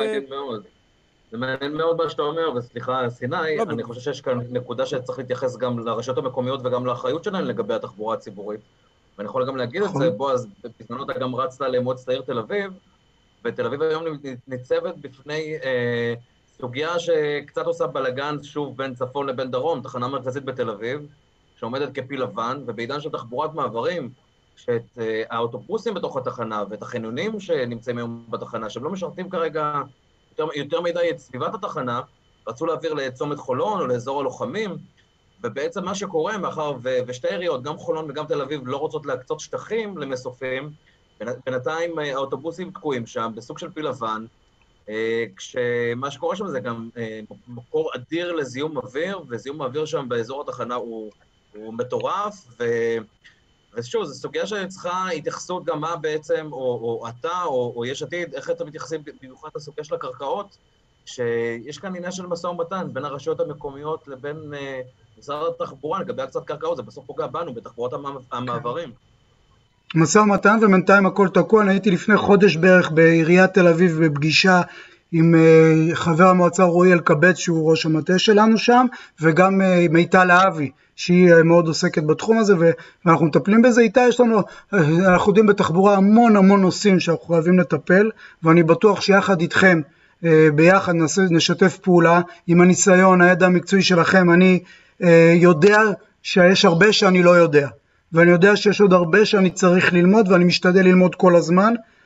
זה מעניין מאוד מה שאתה אומר, וסליחה סיני, אני חושב שיש כאן נקודה שצריך להתייחס גם לרשויות המקומיות וגם לאחריות שלהן לגבי התחבורה הציבורית. ואני יכול גם להגיד את זה, בועז, בזמנו אתה גם רצת למועצת העיר תל אביב, ותל אביב היום ניצבת בפני סוגיה שקצת עושה בלגן שוב בין צפון לבין דרום, תחנה מרכזית בתל אביב, שעומדת כפיל לבן, ובעידן של תחבורת מעברים, שאת האוטובוסים בתוך התחנה ואת החניונים שנמצאים היום בתחנה, שהם לא משרתים כרגע יותר מדי את סביבת התחנה, רצו להעביר לצומת חולון או לאזור הלוחמים, ובעצם מה שקורה, מאחר ושתי עיריות, גם חולון וגם תל אביב, לא רוצות להקצות שטחים למסופים, בינתיים האוטובוסים תקועים שם, בסוג של פיל לבן, כשמה שקורה שם זה גם מקור אדיר לזיהום אוויר, וזיהום האוויר שם באזור התחנה הוא מטורף, ושוב, זו סוגיה שצריכה התייחסות גם מה בעצם, או אתה, או יש עתיד, איך אתם מתייחסים במיוחד לסוגיה של הקרקעות, שיש כאן עניין של משא ומתן בין הרשויות המקומיות לבין משרד התחבורה, לגבי הקצת קרקעות, זה בסוף פוגע בנו, בתחבורת המעברים. משא ומתן, ובינתיים הכל תקוע. אני הייתי לפני חודש בערך בעיריית תל אביב בפגישה עם חבר המועצה רועי אלקבץ, שהוא ראש המטה שלנו שם, וגם מיטל להבי, שהיא מאוד עוסקת בתחום הזה, ואנחנו מטפלים בזה איתה. אנחנו יודעים בתחבורה המון נושאים שאנחנו חייבים לטפל, ואני בטוח שיחד איתכם, ביחד נשתף פעולה עם הניסיון, הידע המקצועי שלכם. אני יודע שיש הרבה שאני לא יודע, ואני יודע שיש עוד הרבה שאני צריך ללמוד, ואני משתדל ללמוד כל הזמן,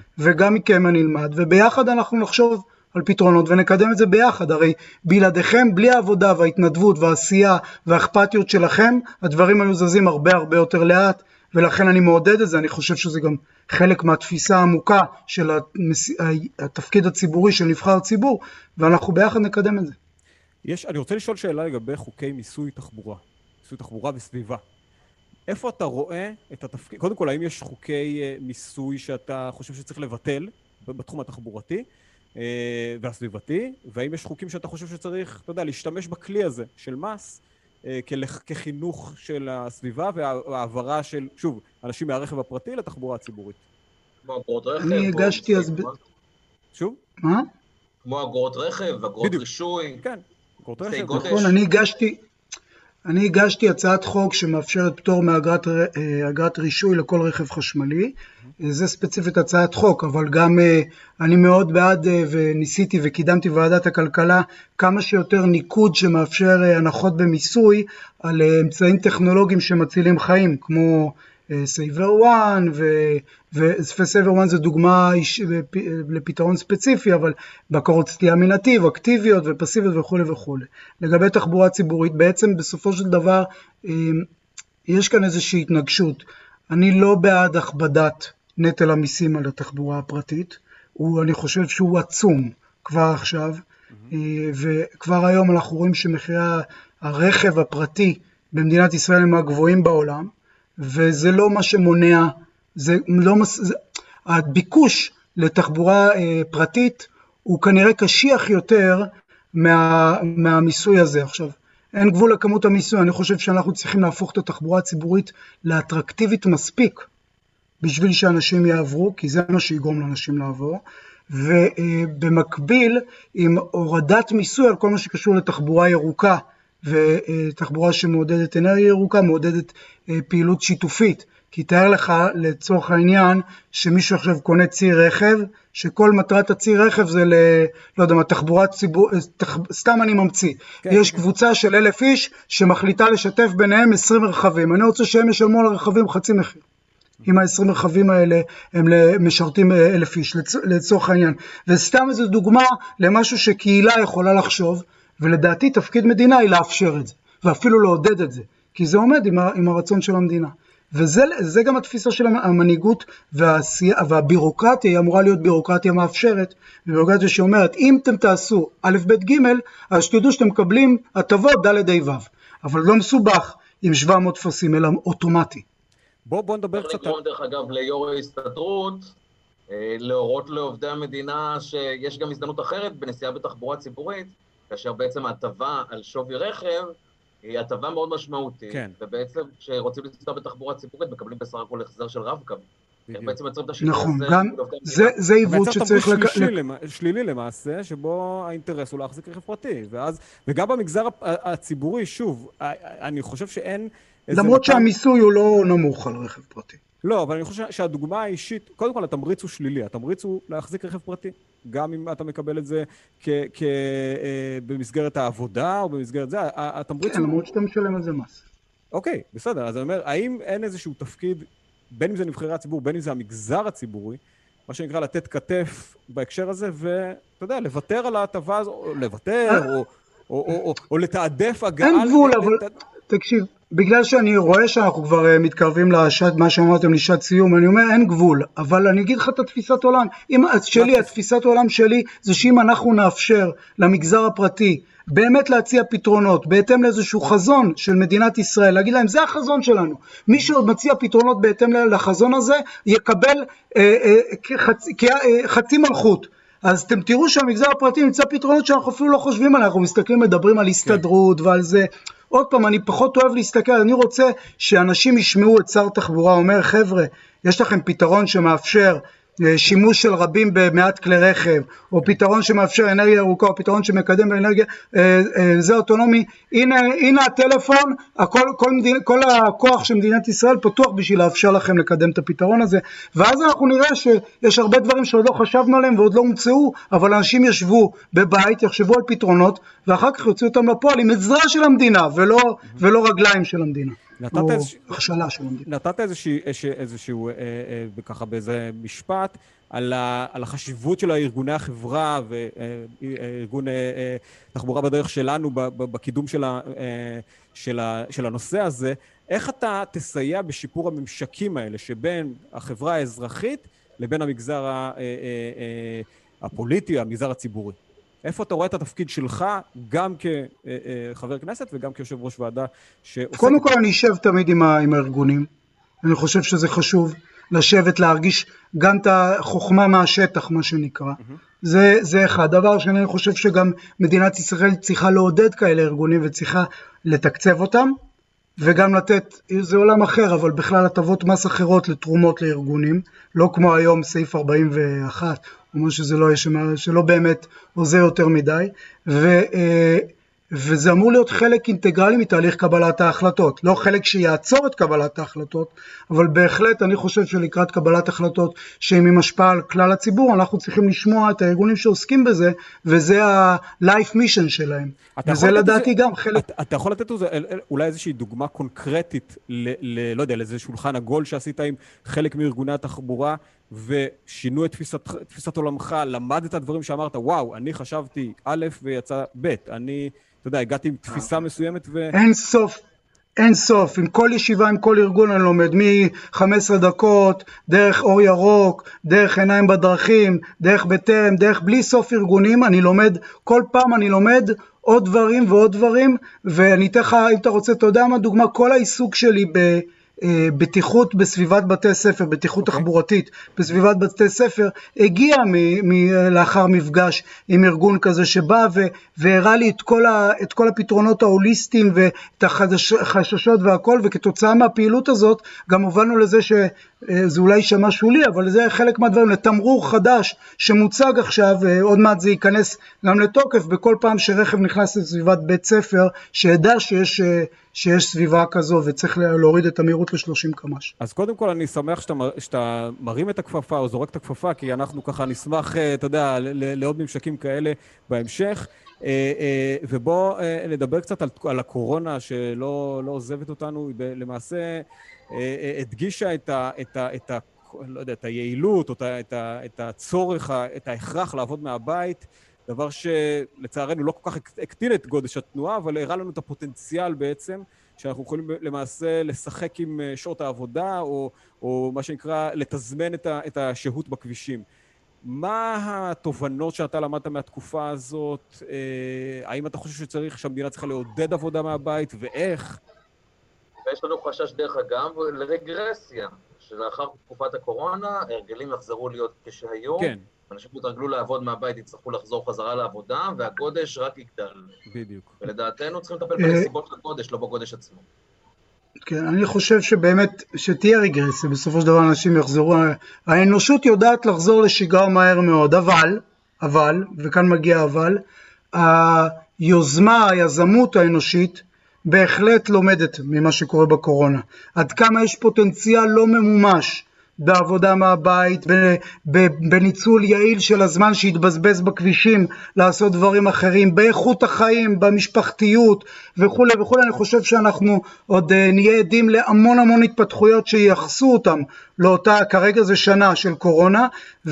וגם מכם אני אלמד, וביחד אנחנו נחשוב על פתרונות ונקדם את זה ביחד. הרי בלעדיכם, בלי העבודה וההתנדבות והעשייה והאכפתיות שלכם, הדברים היו זזים הרבה הרבה יותר לאט, ולכן אני מעודד את זה. אני חושב שזה גם חלק מהתפיסה העמוקה של התפקיד הציבורי של נבחר ציבור, ואנחנו ביחד נקדם את זה. אני רוצה לשאול שאלה לגבי חוקי מיסוי תחבורה וסביבה. איפה אתה רואה את התפקיד? קודם כל, האם יש חוקי מיסוי שאתה חושב שצריך לבטל בתחום התחבורתי והסביבתי, והאם יש חוקים שאתה חושב שצריך, אתה יודע, להשתמש בכלי הזה של מס כחינוך של הסביבה והעברה של, שוב, אנשים מהרכב הפרטי לתחבורה הציבורית? כמו אגרות רכב. אני הגשתי אז... שוב? מה? כמו אגרות רכב, אגרות רישוי. כן, אגרות רכב. נכון, אני הגשתי הצעת חוק שמאפשרת פטור מאגרת רישוי לכל רכב חשמלי. זה ספציפית הצעת חוק, אבל גם אני מאוד בעד וניסיתי וקידמתי ועדת הכלכלה כמה שיותר ניקוד שמאפשר הנחות במיסוי על אמצעים טכנולוגיים שמצילים חיים, כמו סייבר וואן, וסייבר וואן זה דוגמה לפתרון ספציפי, אבל בקרות סטייה מנתיב, אקטיביות ופסיביות וכו' וכו'. לגבי תחבורה ציבורית, בעצם בסופו של דבר יש כאן איזושהי התנגשות. אני לא בעד הכבדת נטל המיסים על התחבורה הפרטית, אני חושב שהוא עצום כבר עכשיו, וכבר היום אנחנו רואים שמחירי הרכב הפרטי במדינת ישראל הם הגבוהים בעולם, וזה לא מה שמונע, הביקוש לתחבורה פרטית הוא כנראה קשיח יותר מהמיסוי הזה. עכשיו, אין גבול לכמות המיסוי, אני חושב שאנחנו צריכים להפוך את התחבורה הציבורית לאטרקטיבית מספיק, בשביל שאנשים יעברו, כי זה מה שיגרום לאנשים לעבור, ובמקביל עם הורדת מיסוי על כל מה שקשור לתחבורה ירוקה, ותחבורה שמעודדת אנרגיה ירוקה, מעודדת פעילות שיתופית. כי תאר לך לצורך העניין שמישהו עכשיו קונה ציר רכב, שכל מטרת הציר רכב זה לא יודע מה, תחבורה ציבור, סתם אני ממציא. יש קבוצה של 1,000 איש שמחליטה לשתף ביניהם 20 רכבים. אני רוצה שהם ישלמו על הרכבים חצי מחיר. אם ה-20 רכבים האלה הם משרתים 1,000 איש לצורך העניין. וסתם איזו דוגמה למשהו שקהילה יכולה לחשוב, ולדעתי תפקיד מדינה היא לאפשר את זה, ואפילו לעודד את זה, כי זה עומד עם הרצון של המדינה. וזה גם התפיסה של המנהיגות והבירוקרטיה, היא אמורה להיות בירוקרטיה מאפשרת, בירוקרטיה שאומרת, אם אתם תעשו א' ב' ג', אז שתדעו שאתם מקבלים הטבות ד' ה' ו', אבל לא מסובך עם 700 תפסים, אלא אוטומטי. בוא נדבר קצת... דרך אגב, ליו"ר ההסתדרות, להורות לעובדי המדינה שיש גם הזדמנות אחרת בנסיעה בתחבורה ציבורית, כאשר בעצם ההטבה על שווי רכב היא הטבה מאוד משמעותית, כן. ובעצם כשרוצים לנסוע בתחבורה ציבורית מקבלים בסך הכל החזר של רב-קו. בעצם יוצרים את השיטה נכון, גם זה עיוות שצריך שלילי למעשה, שבו האינטרס הוא להחזיק רכב פרטי, וגם במגזר הציבורי, שוב, אני חושב שאין... למרות שהמיסוי הוא לא נמוך על רכב פרטי. לא, אבל אני חושב שהדוגמה האישית, קודם כל התמריץ הוא שלילי, התמריץ הוא להחזיק רכב פרטי, גם אם אתה מקבל את זה במסגרת העבודה או במסגרת זה, התמריץ... כן, למרות שאתה משלם על זה מס. אוקיי, בסדר, אז אני אומר, האם אין איזשהו תפקיד, בין אם זה נבחרי הציבור, בין אם זה המגזר הציבורי, מה שנקרא לתת כתף בהקשר הזה, ואתה יודע, לוותר על ההטבה הזו, לוותר, או לתעדף הגעה... אין גבול, אבל תקשיב, בגלל שאני רואה שאנחנו כבר מתקרבים לשעת, מה שאמרתם לשעת סיום, אני אומר אין גבול, אבל אני אגיד לך את התפיסת עולם, התפיסת עולם שלי זה שאם אנחנו נאפשר למגזר הפרטי באמת להציע פתרונות, בהתאם לאיזשהו חזון של מדינת ישראל, להגיד להם זה החזון שלנו, מי שעוד מציע פתרונות בהתאם לחזון הזה, יקבל חצי מלכות. אז אתם תראו שהמגזר הפרטי נמצא פתרונות שאנחנו אפילו לא חושבים עליהם, אנחנו מסתכלים, מדברים על הסתדרות ועל זה. עוד פעם, אני פחות אוהב להסתכל, אני רוצה שאנשים ישמעו את שר תחבורה, אומר, חבר'ה, יש לכם פתרון שמאפשר שימוש של רבים במעט כלי רכב, או פתרון שמאפשר אנרגיה ירוקה, או פתרון שמקדם באנרגיה, זה אוטונומי, הנה הטלפון, כל הכוח של מדינת ישראל פתוח בשביל לאפשר לכם לקדם את הפתרון הזה, ואז אנחנו נראה שיש הרבה דברים שעוד לא חשבנו עליהם ועוד לא הומצאו, אבל אנשים ישבו בבית, יחשבו על פתרונות, ואחר כך יוצאו אותם לפועל עם עזרה של המדינה, ולא רגליים של המדינה. או הכשלה של המדינה. נתת איזשהו ככה באיזה משפט, על החשיבות של ארגוני החברה וארגון תחבורה בדרך שלנו בקידום של הנושא הזה. איך אתה תסייע בשיפור הממשקים האלה שבין החברה האזרחית לבין המגזר הפוליטי, המגזר הציבורי? איפה אתה רואה את התפקיד שלך גם כחבר כנסת וגם כיושב ראש ועדה שעוסק... קודם כל אני אשב תמיד עם הארגונים. אני חושב שזה חשוב לשבת, להרגיש גם את החוכמה מהשטח, מה שנקרא. זה אחד. דבר שני, אני חושב שגם מדינת ישראל צריכה לעודד כאלה ארגונים וצריכה לתקצב אותם, וגם לתת, זה עולם אחר, אבל בכלל הטבות מס אחרות לתרומות לארגונים, לא כמו היום סעיף 41, אומר שזה לא יש, שלא באמת עוזר יותר מדי, וזה אמור להיות חלק אינטגרלי מתהליך קבלת ההחלטות, לא חלק שיעצור את קבלת ההחלטות, אבל בהחלט אני חושב שלקראת קבלת החלטות שהיא משפיעה על כלל הציבור, אנחנו צריכים לשמוע את הארגונים שעוסקים בזה, וזה ה-life mission שלהם, וזה לדעתי גם חלק... אתה יכול לתת אולי איזושהי דוגמה קונקרטית, לא יודע, לאיזה שולחן עגול שעשית עם חלק מארגוני התחבורה, ושינו את תפיסת עולמך, למד את הדברים שאמרת, וואו, אני חשבתי א' ויצא ב', אני, אתה יודע, הגעתי עם תפיסה מסוימת אין סוף, עם כל ישיבה, עם כל ארגון אני לומד, מ-15 דקות, דרך אור ירוק, דרך עיניים בדרכים, דרך בטרם, דרך בלי סוף ארגונים, אני לומד, כל פעם אני לומד עוד דברים ועוד דברים, ואני אתן לך, אם אתה רוצה, אתה יודע מה דוגמה, כל העיסוק שלי בטיחות בסביבת בתי ספר, בטיחות תחבורתית בסביבת בתי ספר, הגיע לאחר מפגש עם ארגון כזה שבא והראה לי את כל הפתרונות ההוליסטיים ואת החששות והכל, וכתוצאה מהפעילות הזאת גם הובלנו לזה שזה אולי שמע שולי, אבל זה חלק מהדברים, לתמרור חדש שמוצג עכשיו, עוד מעט זה ייכנס גם לתוקף, בכל פעם שרכב נכנס לסביבת בית ספר, שידע שיש סביבה כזו וצריך להוריד את המהירות ל-30 קמ"ש. אז קודם כל אני שמח שאתה מרים את הכפפה או זורק את הכפפה, כי אנחנו ככה נשמח, אתה יודע, לעוד ממשקים כאלה בהמשך. ובוא נדבר קצת על הקורונה שלא עוזבת אותנו, למעשה הדגישה לא יודע, את היעילות או את הצורך, את ההכרח לעבוד מהבית, דבר שלצערנו לא כל כך הקטין את גודש התנועה, אבל הראה לנו את הפוטנציאל בעצם, שאנחנו יכולים למעשה לשחק עם שעות העבודה, או מה שנקרא, לתזמן את השהות בכבישים. מה התובנות שאתה למדת מהתקופה הזאת? האם אתה חושב שהמדינה צריכה לעודד עבודה מהבית, ואיך? יש לנו חשש דרך אגב לרגרסיה, שלאחר תקופת הקורונה, הרגלים יחזרו להיות כשהיום. כן. אנשים יתרגלו לעבוד מהבית, יצטרכו לחזור חזרה לעבודה, והגודש רק יגדל. בדיוק. ולדעתנו צריכים לטפל בנסיבות של הגודש, לא בגודש עצמו. כן, אני חושב שבאמת, שתהיה רגרסיה, בסופו של דבר אנשים יחזרו, האנושות יודעת לחזור לשגרה מהר מאוד, אבל, וכאן מגיע אבל, היזמות האנושית, בהחלט לומדת ממה שקורה בקורונה. עד כמה יש פוטנציאל לא ממומש, בעבודה מהבית, בניצול יעיל של הזמן שהתבזבז בכבישים, לעשות דברים אחרים, באיכות החיים, במשפחתיות וכו' וכו'. אני חושב שאנחנו עוד נהיה עדים להמון התפתחויות שיחסו אותם לאותה, כרגע זה שנה של קורונה,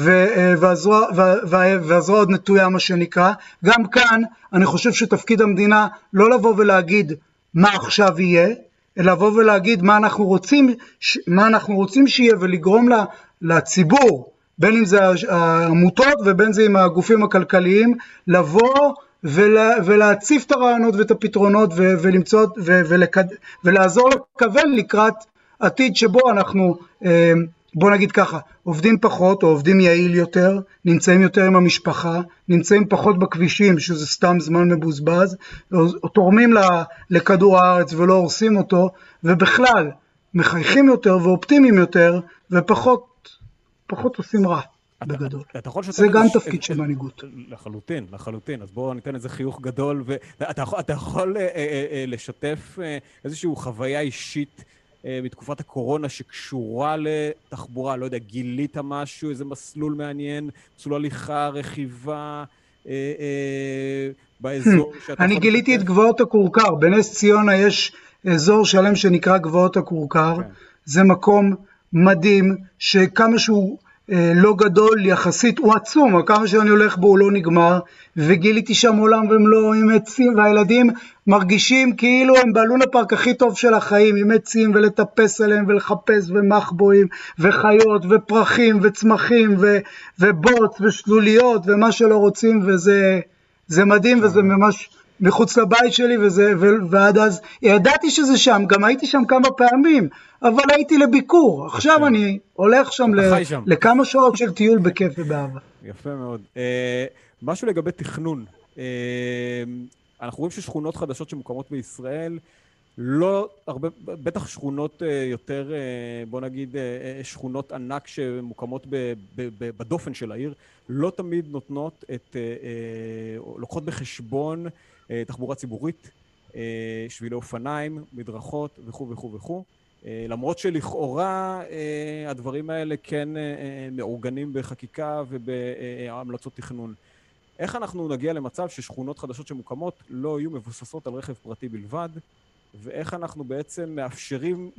והזרוע עוד נטויה מה שנקרא. גם כאן אני חושב שתפקיד המדינה לא לבוא ולהגיד מה עכשיו יהיה, לבוא ולהגיד מה אנחנו רוצים שיהיה, ולגרום לציבור, בין אם זה העמותות ובין זה עם הגופים הכלכליים, לבוא ולהציף את הרעיונות ואת הפתרונות ולמצוא ולעזור לכוון לקראת עתיד שבו אנחנו, בוא נגיד ככה, עובדים פחות או עובדים יעיל יותר, נמצאים יותר עם המשפחה, נמצאים פחות בכבישים שזה סתם זמן מבוזבז, תורמים לכדור הארץ ולא הורסים אותו, ובכלל מחייכים יותר ואופטימיים יותר ופחות עושים רע בגדול. זה גם תפקיד של מנהיגות. לחלוטין. אז בואו ניתן איזה חיוך גדול, ואתה יכול לשתף איזושהי חוויה אישית מתקופת הקורונה שקשורה לתחבורה, לא יודע, גילית משהו, איזה מסלול מעניין, מסלול הליכה, רכיבה, באזור שאתה... אני גיליתי את גבעות הכורכר, בנס ציונה יש אזור שלם שנקרא גבעות הכורכר, זה מקום מדהים, שכמה שהוא לא גדול יחסית, הוא עצום, כמה שאני הולך בו הוא לא נגמר, וגיליתי שם עולם ומלואו עם עצים, והילדים מרגישים כאילו הם בלונה פארק הכי טוב של החיים, עם עצים ולטפס עליהם ולחפש ומחבואים וחיות ופרחים וצמחים ובוץ ושלוליות ומה שלא רוצים, וזה מדהים וזה ממש מחוץ לבית שלי, ועד אז ידעתי שזה שם, גם הייתי שם כמה פעמים, אבל הייתי לביקור, עכשיו אני הולך שם לכמה שעות של טיול בכיף ובאהבה. יפה מאוד. משהו לגבי תכנון, אנחנו רואים ששכונות חדשות שמוקמות בישראל, לא הרבה, בטח שכונות יותר, בוא נגיד, שכונות ענק שמוקמות בדופן של העיר, לא תמיד נותנות לוקחות בחשבון תחבורה ציבורית, שבילי אופניים, מדרכות וכו' וכו' וכו'. למרות שלכאורה הדברים האלה כן מעוגנים בחקיקה ובהמלצות תכנון. איך אנחנו נגיע למצב ששכונות חדשות שמוקמות לא יהיו מבוססות על רכב פרטי בלבד, ואיך אנחנו בעצם מאפשרים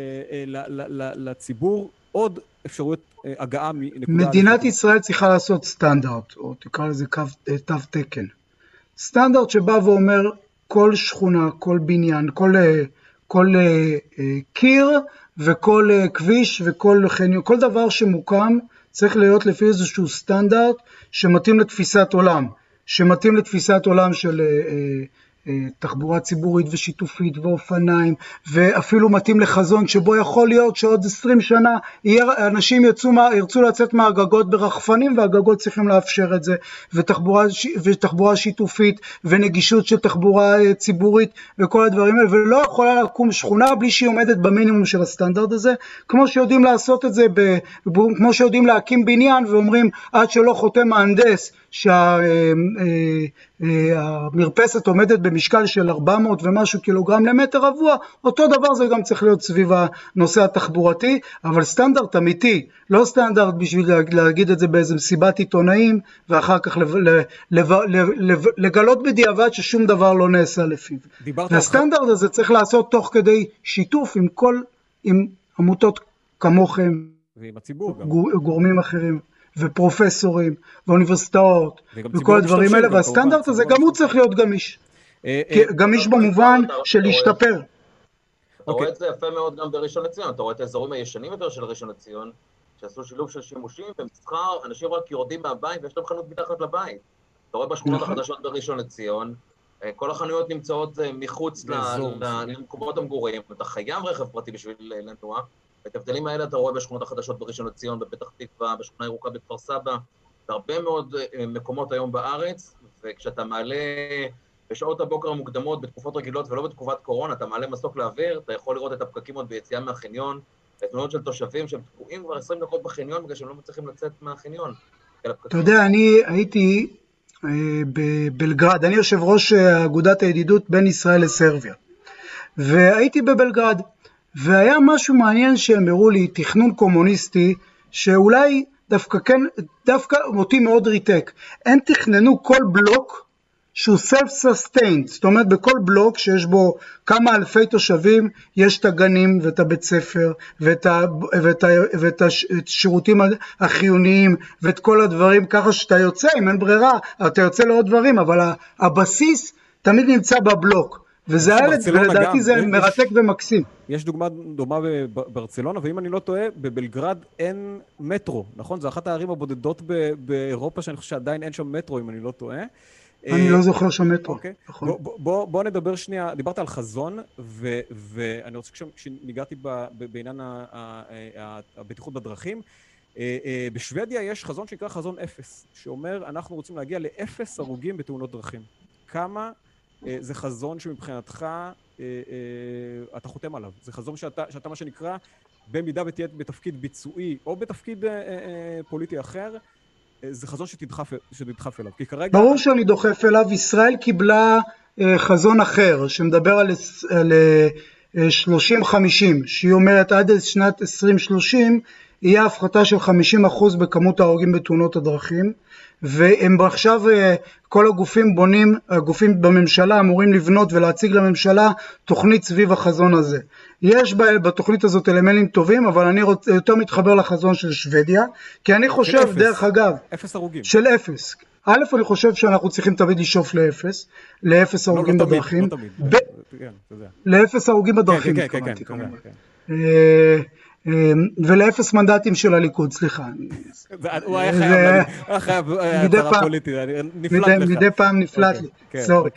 לציבור עוד אפשרויות הגעה מנקודה... מדינת ישראל צריכה לעשות סטנדרט, או תקרא לזה תו תקן. סטנדרט שבא ואומר כל שכונה, כל בניין, כל קיר וכל כביש וכל חניון, כל דבר שמוקם צריך להיות לפי איזשהו סטנדרט שמתאים לתפיסת עולם, של תחבורה ציבורית ושיתופית ואופניים, ואפילו מתאים לחזון שבו יכול להיות שעוד 20 שנה אנשים ירצו לצאת מהגגות ברחפנים, והגגות צריכים לאפשר את זה, ותחבורה שיתופית ונגישות של תחבורה ציבורית וכל הדברים האלה, ולא יכולה לקום שכונה בלי שהיא עומדת במינימום של הסטנדרט הזה, כמו שיודעים לעשות את זה, כמו שיודעים להקים בניין ואומרים עד שלא חותם מהנדס שהמרפסת עומדת במשקל של 400 ומשהו קילוגרם למטר רבוע, אותו דבר זה גם צריך להיות סביב הנושא התחבורתי, אבל סטנדרט אמיתי, לא סטנדרט בשביל להגיד את זה באיזה מסיבת עיתונאים, ואחר כך לגלות בדיעבד ששום דבר לא נעשה לפיו. והסטנדרט הזה צריך לעשות תוך כדי שיתוף עם עמותות כמוכם, ועם הציבור גם. גורמים אחרים. ופרופסורים, ואוניברסיטאות, וכל הדברים האלה, והסטנדרט הזה גם הוא צריך להיות גמיש. גמיש במובן של להשתפר. אתה רואה את זה יפה מאוד גם בראשון לציון, אתה רואה את האזורים הישנים יותר של ראשון לציון, שעשו שילוב של שימושים ומסחר, אנשים רק יורדים מהבית ויש להם חנות מתחת לבית. אתה רואה בשכונות החדשות בראשון לציון, כל החנויות נמצאות מחוץ למקומות המגורים, אתה חייב רכב פרטי בשביל לנוע, את ההבדלים האלה אתה רואה בשכונות החדשות בראשון לציון, בפתח תקווה, בשכונה ירוקה בכפר סבא, בהרבה מאוד מקומות היום בארץ, וכשאתה מעלה בשעות הבוקר המוקדמות, בתקופות רגילות ולא בתקופת קורונה, אתה מעלה מסוק לאוויר, אתה יכול לראות את הפקקים עוד ביציאה מהחניון, תמונות של תושבים שהם תקועים כבר 20 דקות בחניון, בגלל שהם לא מצליחים לצאת מהחניון. אתה יודע, אני הייתי בבלגרד, אני יושב ראש אגודת הידידות בין ישראל לסרביה, והייתי בבלגרד, והיה משהו מעניין שהם הראו לי, תכנון קומוניסטי, שאולי דווקא אותי מאוד ריתק. הם תכננו כל בלוק שהוא self-sustained, זאת אומרת בכל בלוק שיש בו כמה אלפי תושבים, יש את הגנים ואת הבית ספר, ואת השירותים החיוניים, ואת כל הדברים, ככה שאתה יוצא, אם אין ברירה, אתה יוצא לעוד דברים, אבל הבסיס תמיד נמצא בבלוק. וזה היה לדעתי זה מרתק ומקסים. יש דוגמה דומה בברצלונה, ואם אני לא טועה, בבלגרד אין מטרו, נכון? זה אחת הערים הבודדות באירופה, שאני חושב שעדיין אין שם מטרו, אם אני לא טועה. אני לא זוכר שם מטרו. בוא נדבר שנייה, דיברת על חזון, ואני רוצה כשניגעתי בעניין הבטיחות בדרכים, בשוודיה יש חזון שנקרא חזון אפס, שאומר אנחנו רוצים להגיע לאפס הרוגים בתאונות דרכים. כמה זה חזון שמבחינתך אתה חותם עליו. זה חזון שאתה מה שנקרא, במידה ותהיה בתפקיד ביצועי או בתפקיד פוליטי אחר, זה חזון שתדחף אליו. כי כרגע... ברור שאני דוחף אליו. ישראל קיבלה חזון אחר שמדבר על 30-50, שהיא אומרת עד שנת 2030 יהיה הפחתה של 50% בכמות ההרוגים בתאונות הדרכים, והם עכשיו כל הגופים בונים, הגופים בממשלה אמורים לבנות ולהציג לממשלה תוכנית סביב החזון הזה. יש בתוכנית הזאת אלמנטים טובים, אבל אני יותר מתחבר לחזון של שוודיה, כי אני חושב דרך אגב, אפס הרוגים. של אפס. א', אני חושב שאנחנו צריכים תמיד לשאוף לאפס, לאפס הרוגים בדרכים. לאפס הרוגים בדרכים. ולאפס מנדטים של הליכוד, סליחה. הוא היה חייב הצהרה פוליטית, נפלט לך. מדי פעם נפלט לי, סורי.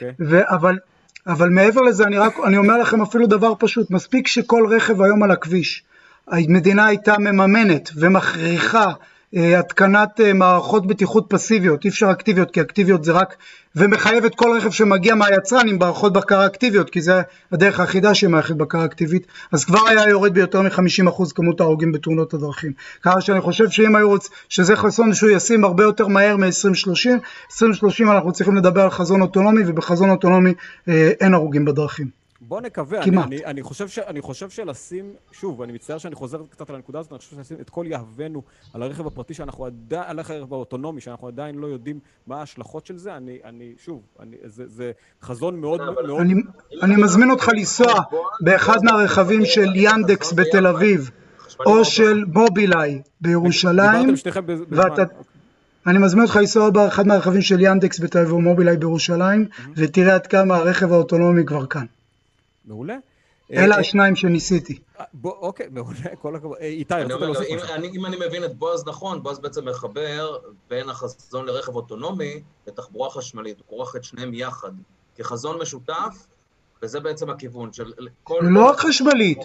אבל מעבר לזה, אני אומר לכם אפילו דבר פשוט, מספיק שכל רכב היום על הכביש, המדינה הייתה מממנת ומכריחה התקנת מערכות בטיחות פסיביות, אי אפשר אקטיביות, כי אקטיביות זה רק, ומחייבת כל רכב שמגיע מהיצרן עם מערכות בקרה אקטיביות, כי זה הדרך היחידה שמערכת בקרה אקטיבית, אז כבר היה יורד ביותר מ-50% כמות ההרוגים בתאונות הדרכים. ככה שאני חושב שאם היו רוצים, שזה חזון שהוא ישים הרבה יותר מהר מ-2030, 2030 אנחנו צריכים לדבר על חזון אוטונומי, ובחזון אוטונומי אין הרוגים בדרכים. בוא נקווה, אני חושב שלשים, שוב, אני מצטער שאני חוזר קצת על הנקודה הזאת, אני חושב שלשים את כל יהבנו על הרכב הפרטי על הרכב האוטונומי, שאנחנו עדיין לא יודעים מה ההשלכות של זה, שוב, זה חזון מאוד מאוד... אני מזמין אותך לנסוע באחד מהרכבים של ינדקס בתל אביב, או של מובילאיי בירושלים, דיברתם שניכם בזמן... אני מזמין אותך לנסוע באחד מהרכבים של ינדקס בתל אביב או מובילאיי בירושלים, ותראה עד כמה הרכב האוטונומי כבר כאן. מעולה. אלה השניים שניסיתי. אוקיי, מעולה, כל הכבוד. איתי, רצית להוסיף משהו. אם אני מבין את בועז נכון, בועז בעצם מחבר בין החזון לרכב אוטונומי לתחבורה חשמלית, הוא כורך את שניהם יחד, כחזון משותף, וזה בעצם הכיוון של כל... לא חשמלית.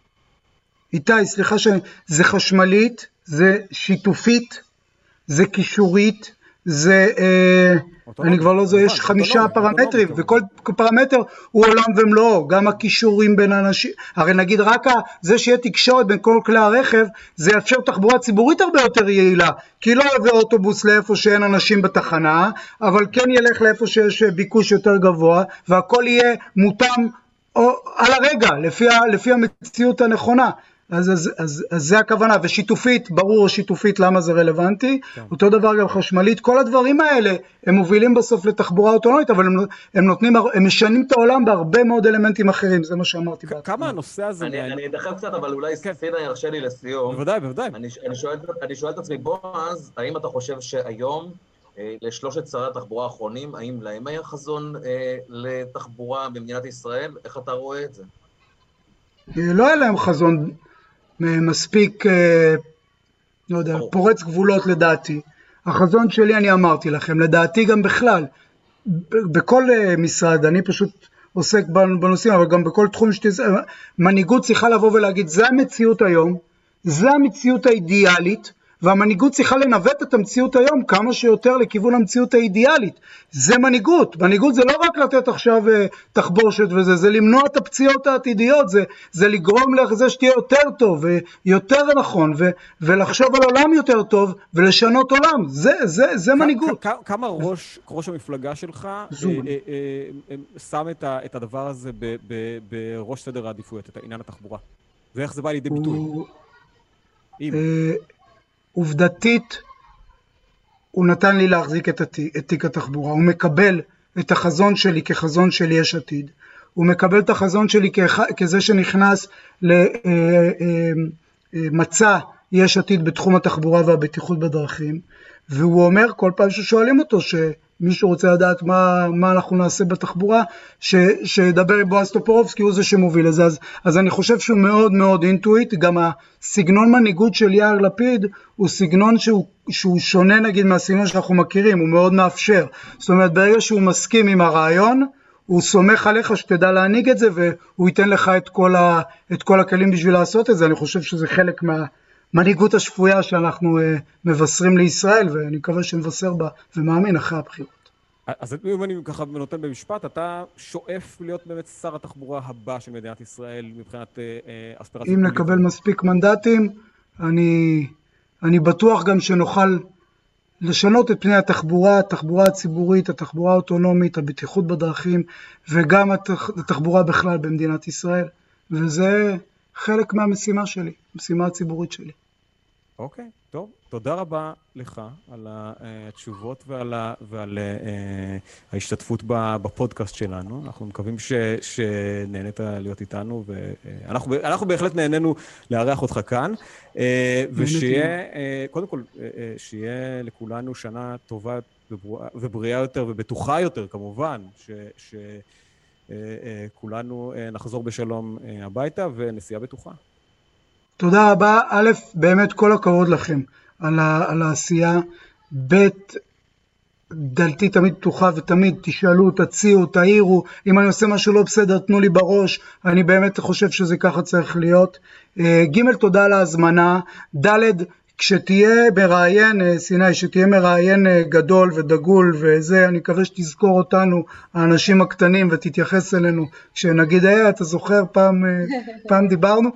איתי, סליחה זה חשמלית, זה שיתופית, זה קישורית, זה... אני כבר לא זו, יש 5 פרמטרים, וכל פרמטר הוא עולם ומלואו, גם הכישורים בין אנשים, הרי נגיד רק זה שיהיה תקשורת בין כל כלי הרכב, זה יאפשר תחבורה ציבורית הרבה יותר יעילה, כי לא יבוא אוטובוס לאיפה שאין אנשים בתחנה, אבל כן ילך לאיפה שיש ביקוש יותר גבוה, והכל יהיה מותאם על הרגע, לפי המציאות הנכונה. אז זה הכוונה, ושיתופית, ברור שיתופית למה זה רלוונטי, אותו דבר גם חשמלית, כל הדברים האלה הם מובילים בסוף לתחבורה אוטונומית, אבל הם משנים את העולם בהרבה מאוד אלמנטים אחרים, זה מה שאמרתי. כמה הנושא הזה... אני אדחף קצת, אבל אולי סינה ירשה לי לסיום. בוודאי. אני שואל את עצמי, בועז, האם אתה חושב שהיום, לשלושת שרי התחבורה האחרונים, האם להם היה חזון לתחבורה במדינת ישראל? איך אתה רואה את זה? לא היה להם חזון מספיק, לא יודע, פורץ גבולות לדעתי. החזון שלי, אני אמרתי לכם, לדעתי גם בכלל, בכל משרד, אני פשוט עוסק בנושאים, אבל גם בכל תחום מנהיגות צריכה לבוא ולהגיד, זה המציאות היום, זה המציאות האידיאלית, והמנהיגות צריכה לנווט את המציאות היום כמה שיותר לכיוון המציאות האידיאלית. זה מנהיגות. מנהיגות זה לא רק לתת עכשיו תחבושת וזה, זה למנוע את הפציעות העתידיות, זה לגרום לזה שתהיה יותר טוב ויותר נכון, ולחשוב על עולם יותר טוב ולשנות עולם. זה מנהיגות. כמה ראש המפלגה שלך שם את הדבר הזה בראש סדר העדיפויות, את עניין התחבורה? ואיך זה בא לידי ביטוי? עובדתית, הוא נתן לי להחזיק את תיק התחבורה, הוא מקבל את החזון שלי כחזון של יש עתיד, הוא מקבל את החזון שלי כזה שנכנס למצע יש עתיד בתחום התחבורה והבטיחות בדרכים, והוא אומר כל פעם ששואלים אותו שמישהו רוצה לדעת מה אנחנו נעשה בתחבורה, שידבר עם בועז טופורובסקי, הוא זה שמוביל לזה. אז אני חושב שהוא מאוד מאוד אינטואיט, גם הסגנון מנהיגות של יאיר לפיד הוא סגנון שהוא שונה נגיד מהסגנון שאנחנו מכירים, הוא מאוד מאפשר. זאת אומרת, ברגע שהוא מסכים עם הרעיון, הוא סומך עליך שתדע להנהיג את זה, והוא ייתן לך את כל הכלים בשביל לעשות את זה. אני חושב שזה חלק מנהיגות השפויה שאנחנו מבשרים לישראל, ואני מקווה שנבשר בה ומאמין אחרי הבחירות. אז אם אני ככה נותן במשפט, אתה שואף להיות באמת שר התחבורה הבא של מדינת ישראל מבחינת אספירציה? אם נקבל מספיק מנדטים, אני בטוח גם שנוכל לשנות את פני התחבורה הציבורית, התחבורה האוטונומית, הבטיחות בדרכים, וגם התחבורה בכלל במדינת ישראל, וזה חלק מהמשימה שלי, המשימה הציבורית שלי. אוקיי, טוב. תודה רבה לך על התשובות ועל ההשתתפות בפודקאסט שלנו. אנחנו מקווים שנהנית להיות איתנו, ואנחנו בהחלט נהנינו לארח אותך כאן, ושיהיה, קודם כל, שיהיה לכולנו שנה טובה ובריאה יותר ובטוחה יותר, כמובן, שכולנו נחזור בשלום הביתה ונסיעה בטוחה. תודה רבה. א', באמת כל הכבוד לכם על העשייה. ב', דלתי תמיד פתוחה, ותמיד תשאלו, תציעו, תעירו. אם אני עושה משהו לא בסדר, תנו לי בראש. אני באמת חושב שזה ככה צריך להיות. ג', תודה על ההזמנה. ד', כשתהיה מראיין, סיני, שתהיה מראיין גדול ודגול וזה, אני מקווה שתזכור אותנו, האנשים הקטנים, ותתייחס אלינו. כשנגיד, אתה זוכר, פעם דיברנו?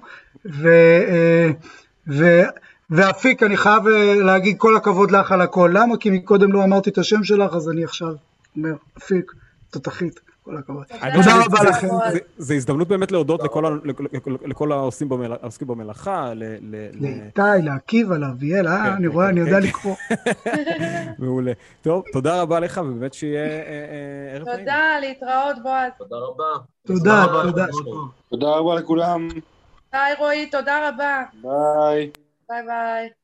ואפיק, אני חייב להגיד כל הכבוד לך על הכל. למה? כי מקודם לא אמרתי את השם שלך, אז אני עכשיו אומר, אפיק, תותחית, כל הכבוד. תודה רבה לכם. זו הזדמנות באמת להודות לכל העוסקים במלאכה, לאיתי, לעקיבא, לאביאל, אני רואה, אני יודע לקרוא. מעולה. טוב, תודה רבה לך, ובאמת שיהיה ערב נעים. תודה, להתראות בועז. תודה רבה. תודה. תודה רבה לכולם. ביי רועי, תודה רבה. ביי. ביי ביי.